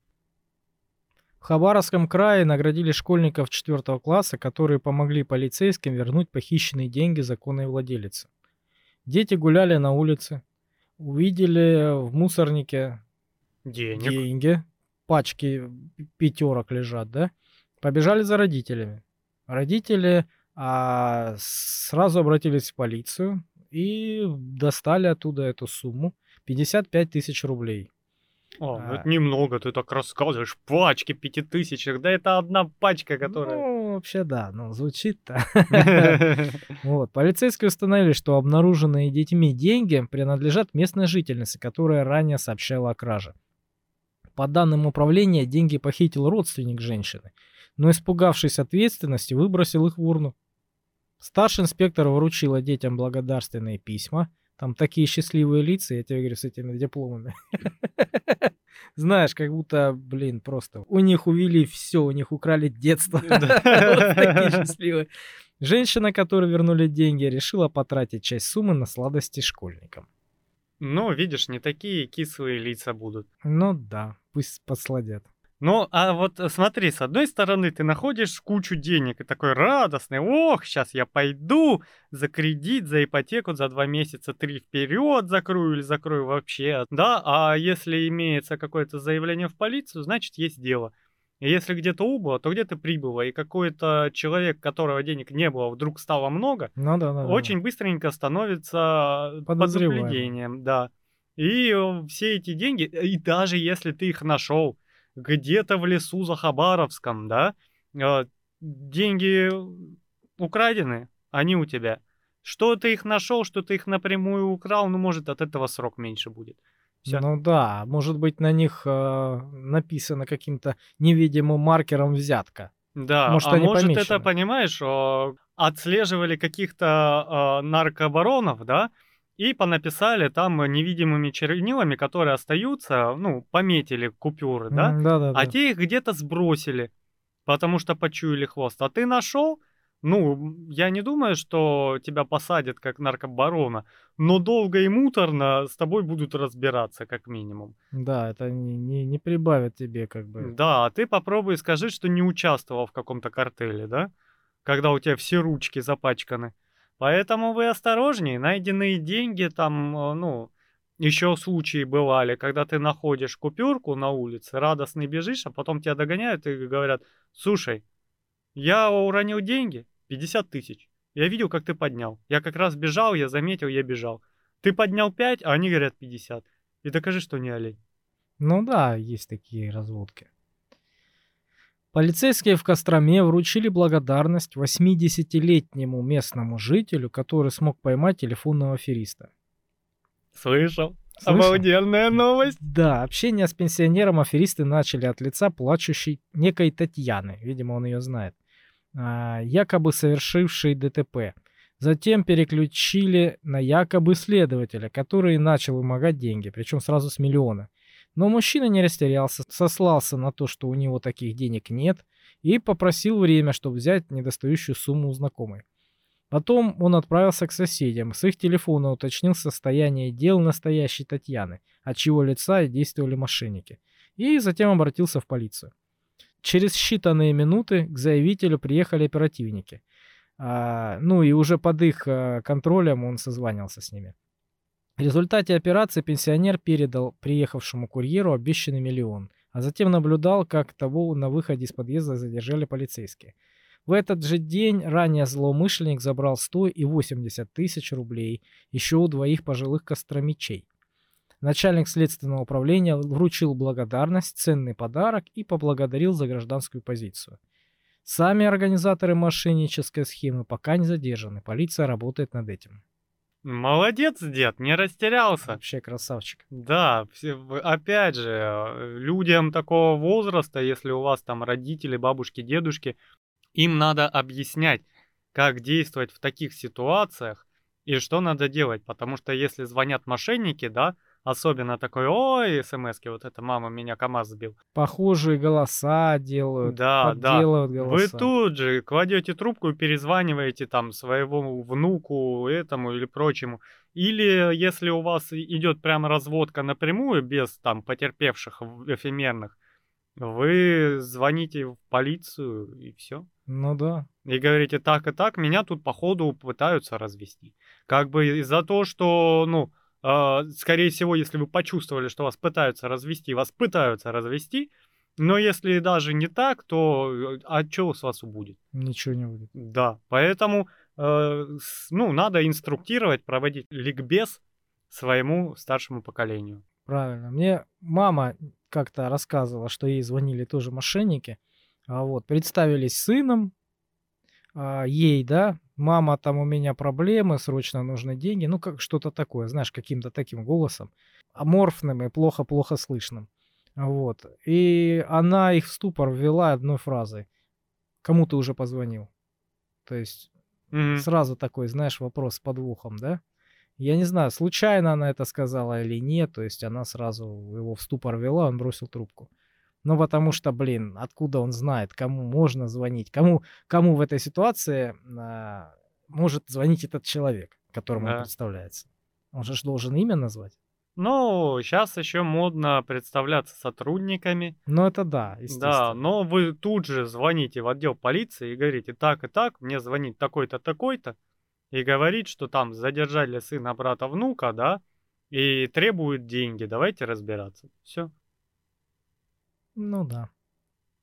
В Хабаровском крае наградили школьников 4 класса, которые помогли полицейским вернуть похищенные деньги законной владелицы. Дети гуляли на улице, увидели в мусорнике деньги, пачки пятерок лежат, да? Побежали за родителями. Родители сразу обратились в полицию и достали оттуда эту сумму 55 тысяч рублей. Это немного, ты так рассказываешь, пачки 5000, да это одна пачка, которая... Ну, вообще да, звучит-то. Вот, полицейские установили, что обнаруженные детьми деньги принадлежат местной жительнице, которая ранее сообщала о краже. По данным управления, деньги похитил родственник женщины, но, испугавшись ответственности, выбросил их в урну. Старший инспектор вручила детям благодарственные письма. Там такие счастливые лица, я тебе говорю, с этими дипломами. Знаешь, как будто, просто у них увели все, у них украли детство. Такие счастливые. Женщина, которой вернули деньги, решила потратить часть суммы на сладости школьникам. Ну, видишь, не такие кислые лица будут. Ну да, пусть подсладят. Ну, а вот смотри, с одной стороны, ты находишь кучу денег и такой радостный, сейчас я пойду за кредит, за ипотеку, за 2 месяца, 3 вперед закрою или закрою вообще, да, а если имеется какое-то заявление в полицию, значит есть дело. И если где-то убыло, то где-то прибыло. И какой-то человек, которого денег не было, вдруг стало много, Ну да, да, да, да. очень быстренько становится под Подозреваемым. наблюдением, да. И все эти деньги, и даже если ты их нашел где-то в лесу за Хабаровском, да, деньги украдены, они у тебя. Что ты их нашел, что ты их напрямую украл, ну, может, от этого срок меньше будет. Все. Ну да, может быть, на них написано каким-то невидимым маркером взятка. Да, Может, а они может, это, помечены. понимаешь, отслеживали каких-то наркобаронов, да, и понаписали там невидимыми чернилами, которые остаются, ну, пометили купюры, да, а Да-да-да. те их где-то сбросили, потому что почуяли хвост. А ты нашел, ну, я не думаю, что тебя посадят как наркобарона, но долго и муторно с тобой будут разбираться, как минимум. Да, это не прибавит тебе как бы. Да, а ты попробуй скажи, что не участвовал в каком-то картеле, да? Когда у тебя все ручки запачканы. Поэтому вы осторожнее. Найденные деньги там, ну, еще случаи бывали, когда ты находишь купюрку на улице, радостный бежишь, а потом тебя догоняют и говорят: слушай, я уронил деньги, 50 тысяч. Я видел, как ты поднял. Я как раз бежал, я заметил, я бежал. Ты поднял 5, а они говорят 50. И докажи, что не олень. Ну да, есть такие разводки. Полицейские в Костроме вручили благодарность 80-летнему местному жителю, который смог поймать телефонного афериста. Слышал? Слышал? Обалденная новость. Да, общение с пенсионером аферисты начали от лица плачущей некой Татьяны, видимо, он ее знает, якобы совершившей ДТП. Затем переключили на якобы следователя, который начал вымогать деньги, причем сразу с миллиона. Но мужчина не растерялся, сослался на то, что у него таких денег нет, и попросил время, чтобы взять недостающую сумму у знакомой. Потом он отправился к соседям, с их телефона уточнил состояние дел настоящей Татьяны, от чьего лица и действовали мошенники, и затем обратился в полицию. Через считанные минуты к заявителю приехали оперативники. Ну и уже под их контролем он созванивался с ними. В результате операции пенсионер передал приехавшему курьеру обещанный миллион, а затем наблюдал, как того на выходе из подъезда задержали полицейские. В этот же день ранее злоумышленник забрал 100 и 80 тысяч рублей еще у двоих пожилых костромичей. Начальник следственного управления вручил благодарность, ценный подарок и поблагодарил за гражданскую позицию. Сами организаторы мошеннической схемы пока не задержаны, полиция работает над этим. Молодец, дед, не растерялся. Вообще красавчик. Да, опять же, людям такого возраста, если у вас там родители, бабушки, дедушки, им надо объяснять, как действовать в таких ситуациях и что надо делать. Потому что если звонят мошенники, да, особенно такой: ой, смс-ки, вот это мама меня КамАЗ сбил. Похожие голоса делают, Да, да. подделывают Вы голоса. тут же кладете трубку и перезваниваете там своему внуку этому или прочему. Или если у вас идет прям разводка напрямую, без там потерпевших эфемерных, вы звоните в полицию и все. Ну да. И говорите: так и так, меня тут походу пытаются развести. Как бы из-за того, что, ну, скорее всего, если вы почувствовали, что вас пытаются развести, но если даже не так, то а чё с вас будет? Ничего не будет. Да, поэтому, ну, надо инструктировать, проводить ликбез своему старшему поколению. Правильно. Мне мама как-то рассказывала, что ей звонили тоже мошенники. Представились сыном, ей, да, мама, там у меня проблемы, срочно нужны деньги, ну, как что-то такое, знаешь, каким-то таким голосом, аморфным и плохо-плохо слышным. И она их в ступор ввела одной фразой: кому ты уже позвонил? То есть Мгм. сразу такой, знаешь, вопрос с подвохом, да? Я не знаю, случайно она это сказала или нет, то есть она сразу его в ступор ввела, он бросил трубку. Ну, потому что, блин, откуда он знает, кому можно звонить, кому в этой ситуации может звонить этот человек, которому он Да. представляется. Он же ж должен имя назвать. Ну, сейчас еще модно представляться сотрудниками. Ну, это да, Да, естественно. но вы тут же звоните в отдел полиции и говорите: так и так, мне звонит такой-то, такой-то, и говорит, что там задержали сына, брата, внука, да, и требуют деньги, давайте разбираться. Все. Ну да.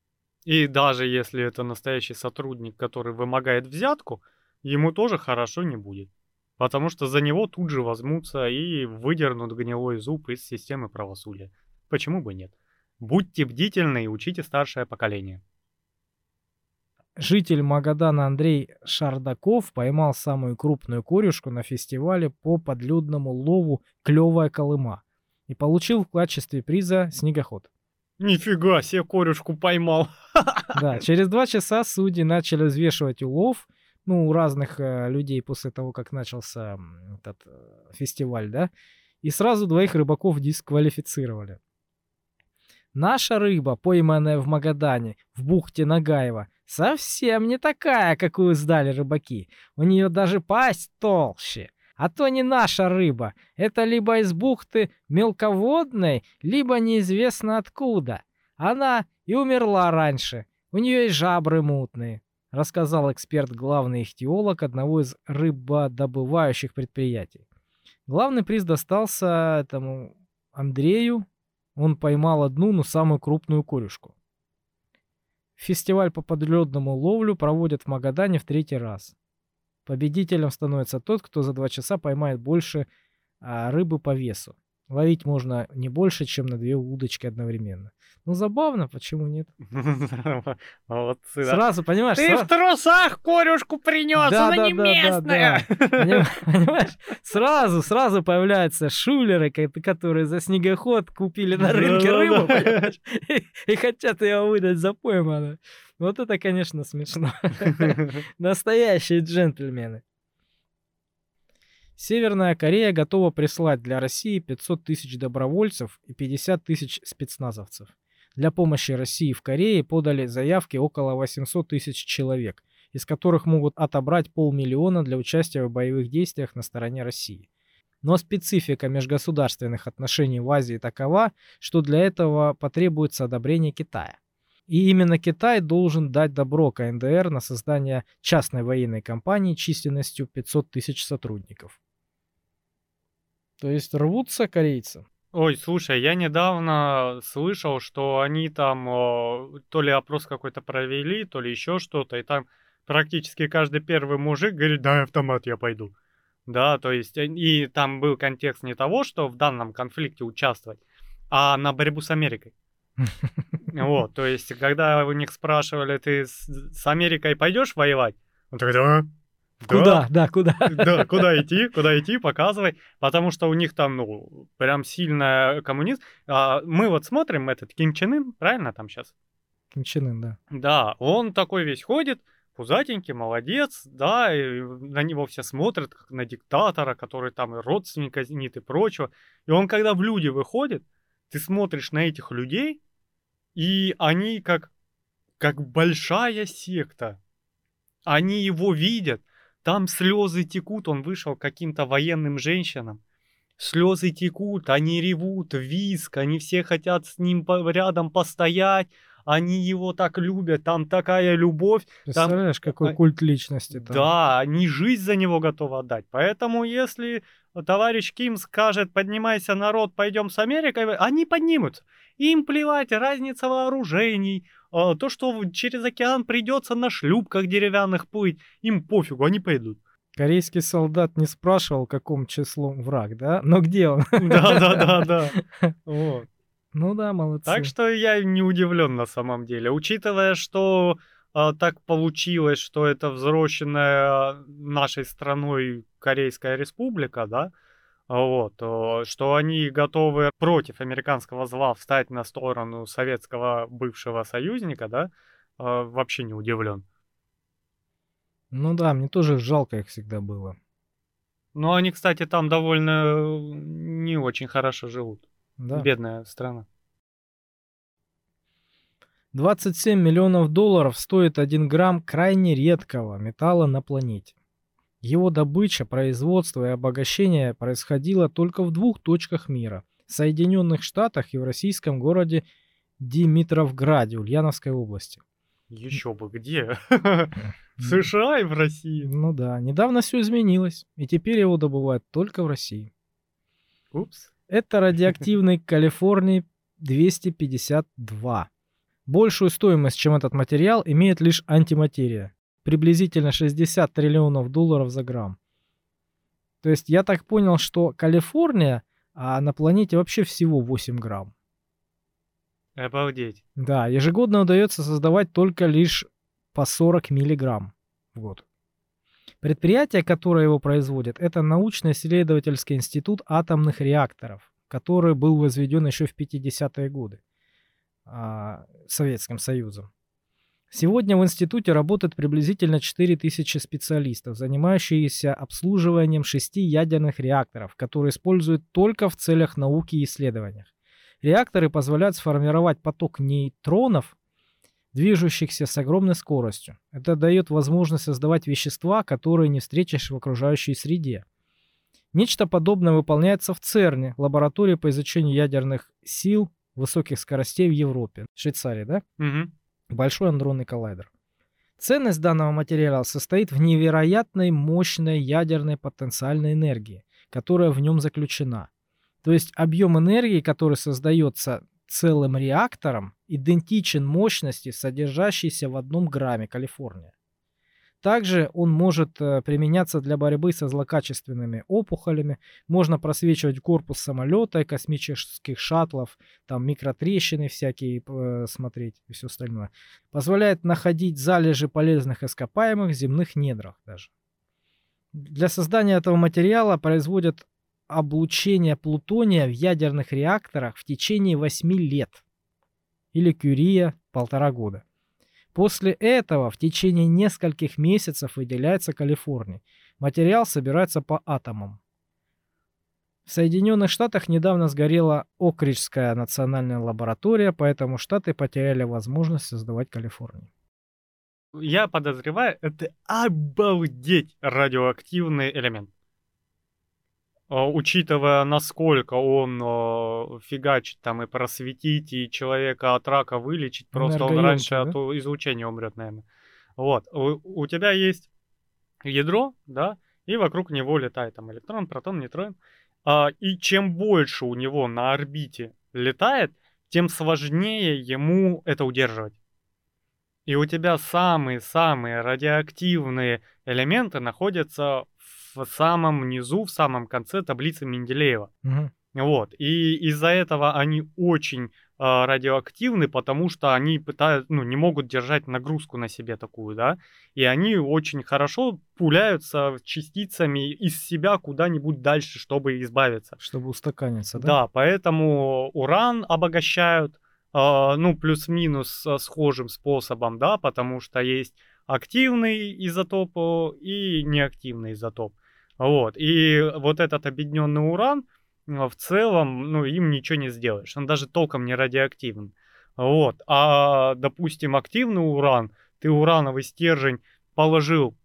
И даже если это настоящий сотрудник, который вымогает взятку, ему тоже хорошо не будет. Потому что за него тут же возьмутся и выдернут гнилой зуб из системы правосудия. Почему бы нет? Будьте бдительны и учите старшее поколение. Житель Магадана Андрей Шардаков поймал самую крупную корюшку на фестивале по подлюдному лову «Клёвая Колыма» и получил в качестве приза снегоход. Нифига себе, корюшку поймал. Да, через 2 часа судьи начали взвешивать улов, у разных людей после того, как начался этот фестиваль, да, и сразу 2 рыбаков дисквалифицировали. Наша рыба, пойманная в Магадане, в бухте Нагаева, совсем не такая, какую сдали рыбаки. У нее даже пасть толще. А то не наша рыба. Это либо из бухты мелководной, либо неизвестно откуда. Она и умерла раньше. У нее и жабры мутные, рассказал эксперт, главный ихтиолог одного из рыбодобывающих предприятий. Главный приз достался этому Андрею. Он поймал одну, но самую крупную корюшку. Фестиваль по подледному ловлю проводят в Магадане в 3-й раз. Победителем становится тот, кто за 2 часа поймает больше рыбы по весу. Ловить можно не больше, чем на 2 удочки одновременно. Забавно, почему нет? Молодцы, да. Сразу, понимаешь? Ты в трусах корюшку принес, она не местная. Понимаешь? Сразу появляются шулеры, которые за снегоход купили на рынке рыбу, понимаешь? И хотят ее выдать за пойманную. Вот это, конечно, смешно. Настоящие джентльмены. Северная Корея готова прислать для России 500 тысяч добровольцев и 50 тысяч спецназовцев. Для помощи России в Корее подали заявки около 800 тысяч человек, из которых могут отобрать 500 000 для участия в боевых действиях на стороне России. Но специфика межгосударственных отношений в Азии такова, что для этого потребуется одобрение Китая. И именно Китай должен дать добро КНДР на создание частной военной компании численностью 500 тысяч сотрудников. То есть рвутся корейцы. Ой, слушай, я недавно слышал, что они там то ли опрос какой-то провели, то ли еще что-то, и там практически каждый первый мужик говорит: дай автомат, я пойду. Да, то есть, и там был контекст не того, что в данном конфликте участвовать, а на борьбу с Америкой. Вот, то есть, когда у них спрашивали: ты с Америкой пойдешь воевать? Он такой: да. Куда? Да, куда? Да, куда идти, показывай. Потому что у них там, прям сильно коммунизм. Мы вот смотрим этот Ким Чен Ын, правильно там сейчас? Ким Чен Ын, да. Да, он такой весь ходит, пузатенький, молодец, да, и на него все смотрят, как на диктатора, который там и родственника казнит и прочего. И он, когда в люди выходит, ты смотришь на этих людей, и они как большая секта. Они его видят. Там слезы текут, он вышел к каким-то военным женщинам. Слезы текут, они ревут, визг, они все хотят с ним рядом постоять, они его так любят, там такая любовь. Представляешь, какой культ личности там. Да, они жизнь за него готовы отдать. Поэтому если товарищ Ким скажет: поднимайся, народ, пойдем с Америкой, они поднимутся. Им плевать, разница вооружений, то, что через океан придется на шлюпках деревянных плыть, им пофигу, они пойдут. Корейский солдат не спрашивал, каким числом враг, да? Но где он? Да. Вот. Ну да, молодцы. Так что я не удивлен на самом деле. Учитывая, что так получилось, что это взросленная нашей страной Корейская Республика, да, вот, что они готовы против американского зла встать на сторону советского бывшего союзника, да, вообще не удивлен. Ну да, мне тоже жалко их всегда было. Но они, кстати, там довольно не очень хорошо живут. Да. Бедная страна. 27 миллионов долларов стоит 1 грамм крайне редкого металла на планете. Его добыча, производство и обогащение происходило только в 2 точках мира – в Соединенных Штатах и в российском городе Димитровграде, Ульяновской области. Еще бы где? В США и в России. Ну да, недавно все изменилось, и теперь его добывают только в России. Упс. Это радиоактивный Калифорний 252. Большую стоимость, чем этот материал, имеет лишь антиматерия. Приблизительно 60 триллионов долларов за грамм. То есть я так понял, что Калифорния, а на планете вообще всего 8 грамм. Обалдеть. Да, ежегодно удается создавать только лишь по 40 миллиграмм в год. Предприятие, которое его производит, это научно-исследовательский институт атомных реакторов, который был возведен еще в 50-е годы Советским Союзом. Сегодня в институте работает приблизительно 4000 специалистов, занимающихся обслуживанием 6 ядерных реакторов, которые используют только в целях науки и исследований. Реакторы позволяют сформировать поток нейтронов, движущихся с огромной скоростью. Это дает возможность создавать вещества, которые не встретишь в окружающей среде. Нечто подобное выполняется в ЦЕРНе, лаборатории по изучению ядерных сил высоких скоростей в Европе. Швейцарии, да? Угу. Большой адронный коллайдер. Ценность данного материала состоит в невероятной мощной ядерной потенциальной энергии, которая в нем заключена. То есть объем энергии, который создается целым реактором, идентичен мощности, содержащейся в 1 грамме Калифорния. Также он может применяться для борьбы со злокачественными опухолями. Можно просвечивать корпус самолета и космических шаттлов, там микротрещины всякие смотреть и все остальное. Позволяет находить залежи полезных ископаемых в земных недрах даже. Для создания этого материала производят облучение плутония в ядерных реакторах в течение 8 лет. Или Кюрия 1,5 года. После этого в течение нескольких месяцев выделяется Калифорния. Материал собирается по атомам. В Соединенных Штатах недавно сгорела Окриджская национальная лаборатория, поэтому Штаты потеряли возможность создавать Калифорнию. Я подозреваю, это обалдеть радиоактивный элемент. Учитывая, насколько он фигачит там и просветить, и человека от рака вылечить, просто он раньше да? от излучения умрет, наверное. Вот. У тебя есть ядро, да, и вокруг него летает там электрон, протон, нейтрон. И чем больше у него на орбите летает, тем сложнее ему это удерживать. И у тебя самые-самые радиоактивные элементы находятся в самом низу, в самом конце таблицы Менделеева. Угу. Вот. И из-за этого они очень радиоактивны, потому что они пытаются, не могут держать нагрузку на себе такую, да, и они очень хорошо пуляются частицами из себя куда-нибудь дальше, чтобы избавиться. Чтобы устаканиться, да? Да, поэтому уран обогащают, плюс-минус схожим способом, да, потому что есть активный изотоп и неактивный изотоп. Вот. И вот этот объединенный уран, в целом, им ничего не сделаешь. Он даже толком не радиоактивен. Вот. А, допустим, активный уран, ты урановый стержень положил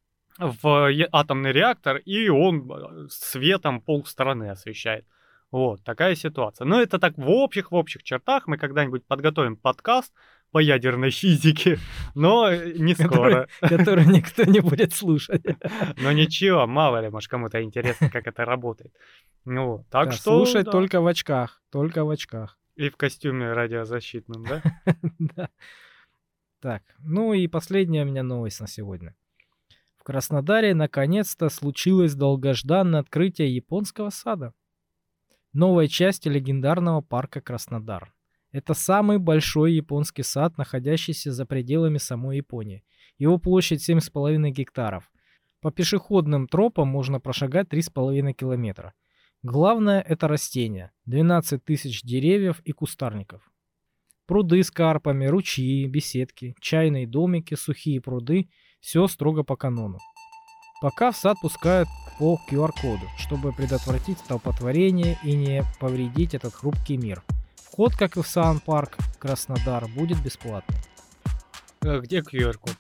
в атомный реактор, и он светом полстраны освещает. Вот, такая ситуация. Но это так в общих чертах. Мы когда-нибудь подготовим подкаст по ядерной физике, но не скоро. Который никто не будет слушать. Но ничего, мало ли, может, кому-то интересно, как это работает. Так что... Слушать только в очках, только в очках. И в костюме радиозащитном, да? Да. Так, и последняя у меня новость на сегодня. В Краснодаре наконец-то случилось долгожданное открытие японского сада. Новой части легендарного парка Краснодар. Это самый большой японский сад, находящийся за пределами самой Японии. Его площадь 7,5 гектаров. По пешеходным тропам можно прошагать 3,5 километра. Главное – это растения. 12 тысяч деревьев и кустарников. Пруды с карпами, ручьи, беседки, чайные домики, сухие пруды – все строго по канону. Пока в сад пускают по QR-коду, чтобы предотвратить столпотворение и не повредить этот хрупкий мир. Вход, как и в Сан-парк Краснодар, будет бесплатный. Где QR-код?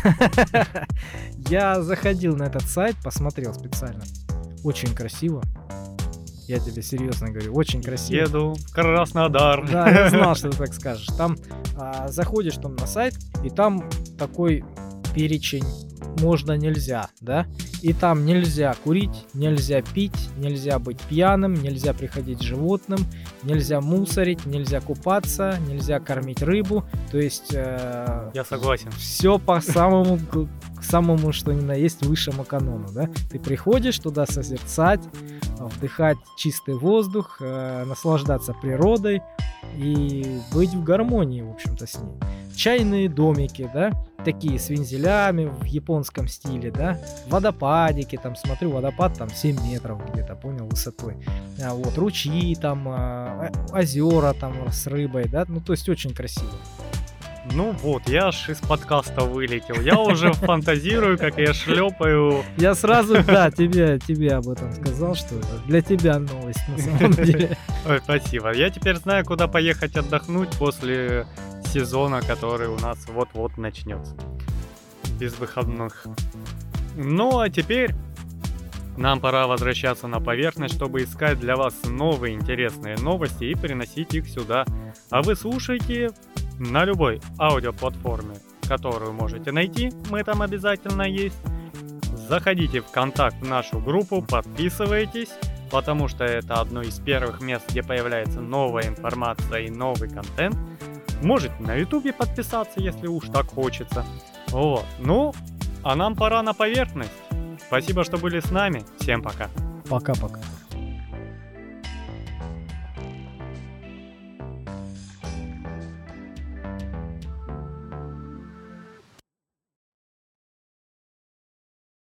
Я заходил на этот сайт, посмотрел специально. Очень красиво. Я тебе серьезно говорю, очень красиво. Еду в Краснодар. Да, я знал, что ты так скажешь. Там заходишь на сайт, и там такой перечень можно-нельзя, да? И там нельзя курить, нельзя пить, нельзя быть пьяным, нельзя приходить животным, нельзя мусорить, нельзя купаться, нельзя кормить рыбу. То есть... Я согласен. Все по самому, что ни на есть, высшему канону, да? Ты приходишь туда созерцать, вдыхать чистый воздух, наслаждаться природой и быть в гармонии, в общем-то, с ней. Чайные домики, да, такие с вензелями в японском стиле, да, водопадики, там, смотрю, водопад там 7 метров где-то, понял, высотой, вот, ручьи там, озера там с рыбой, да, ну, то есть очень красиво. Ну вот, я аж из подкаста вылетел. Я уже фантазирую, как я шлепаю. Я сразу, да, тебе об этом сказал, что это для тебя новость на самом деле. Ой, спасибо. Я теперь знаю, куда поехать отдохнуть после сезона, который у нас вот-вот начнется. Без выходных. Ну а теперь нам пора возвращаться на поверхность, чтобы искать для вас новые интересные новости и переносить их сюда. А вы слушаете на любой аудиоплатформе, которую можете найти, мы там обязательно есть. Заходите в контакт в нашу группу, подписывайтесь, потому что это одно из первых мест, где появляется новая информация и новый контент. Можете на ютубе подписаться, если уж так хочется. Вот. Ну, а нам пора на поверхность. Спасибо, что были с нами. Всем пока. Пока-пока.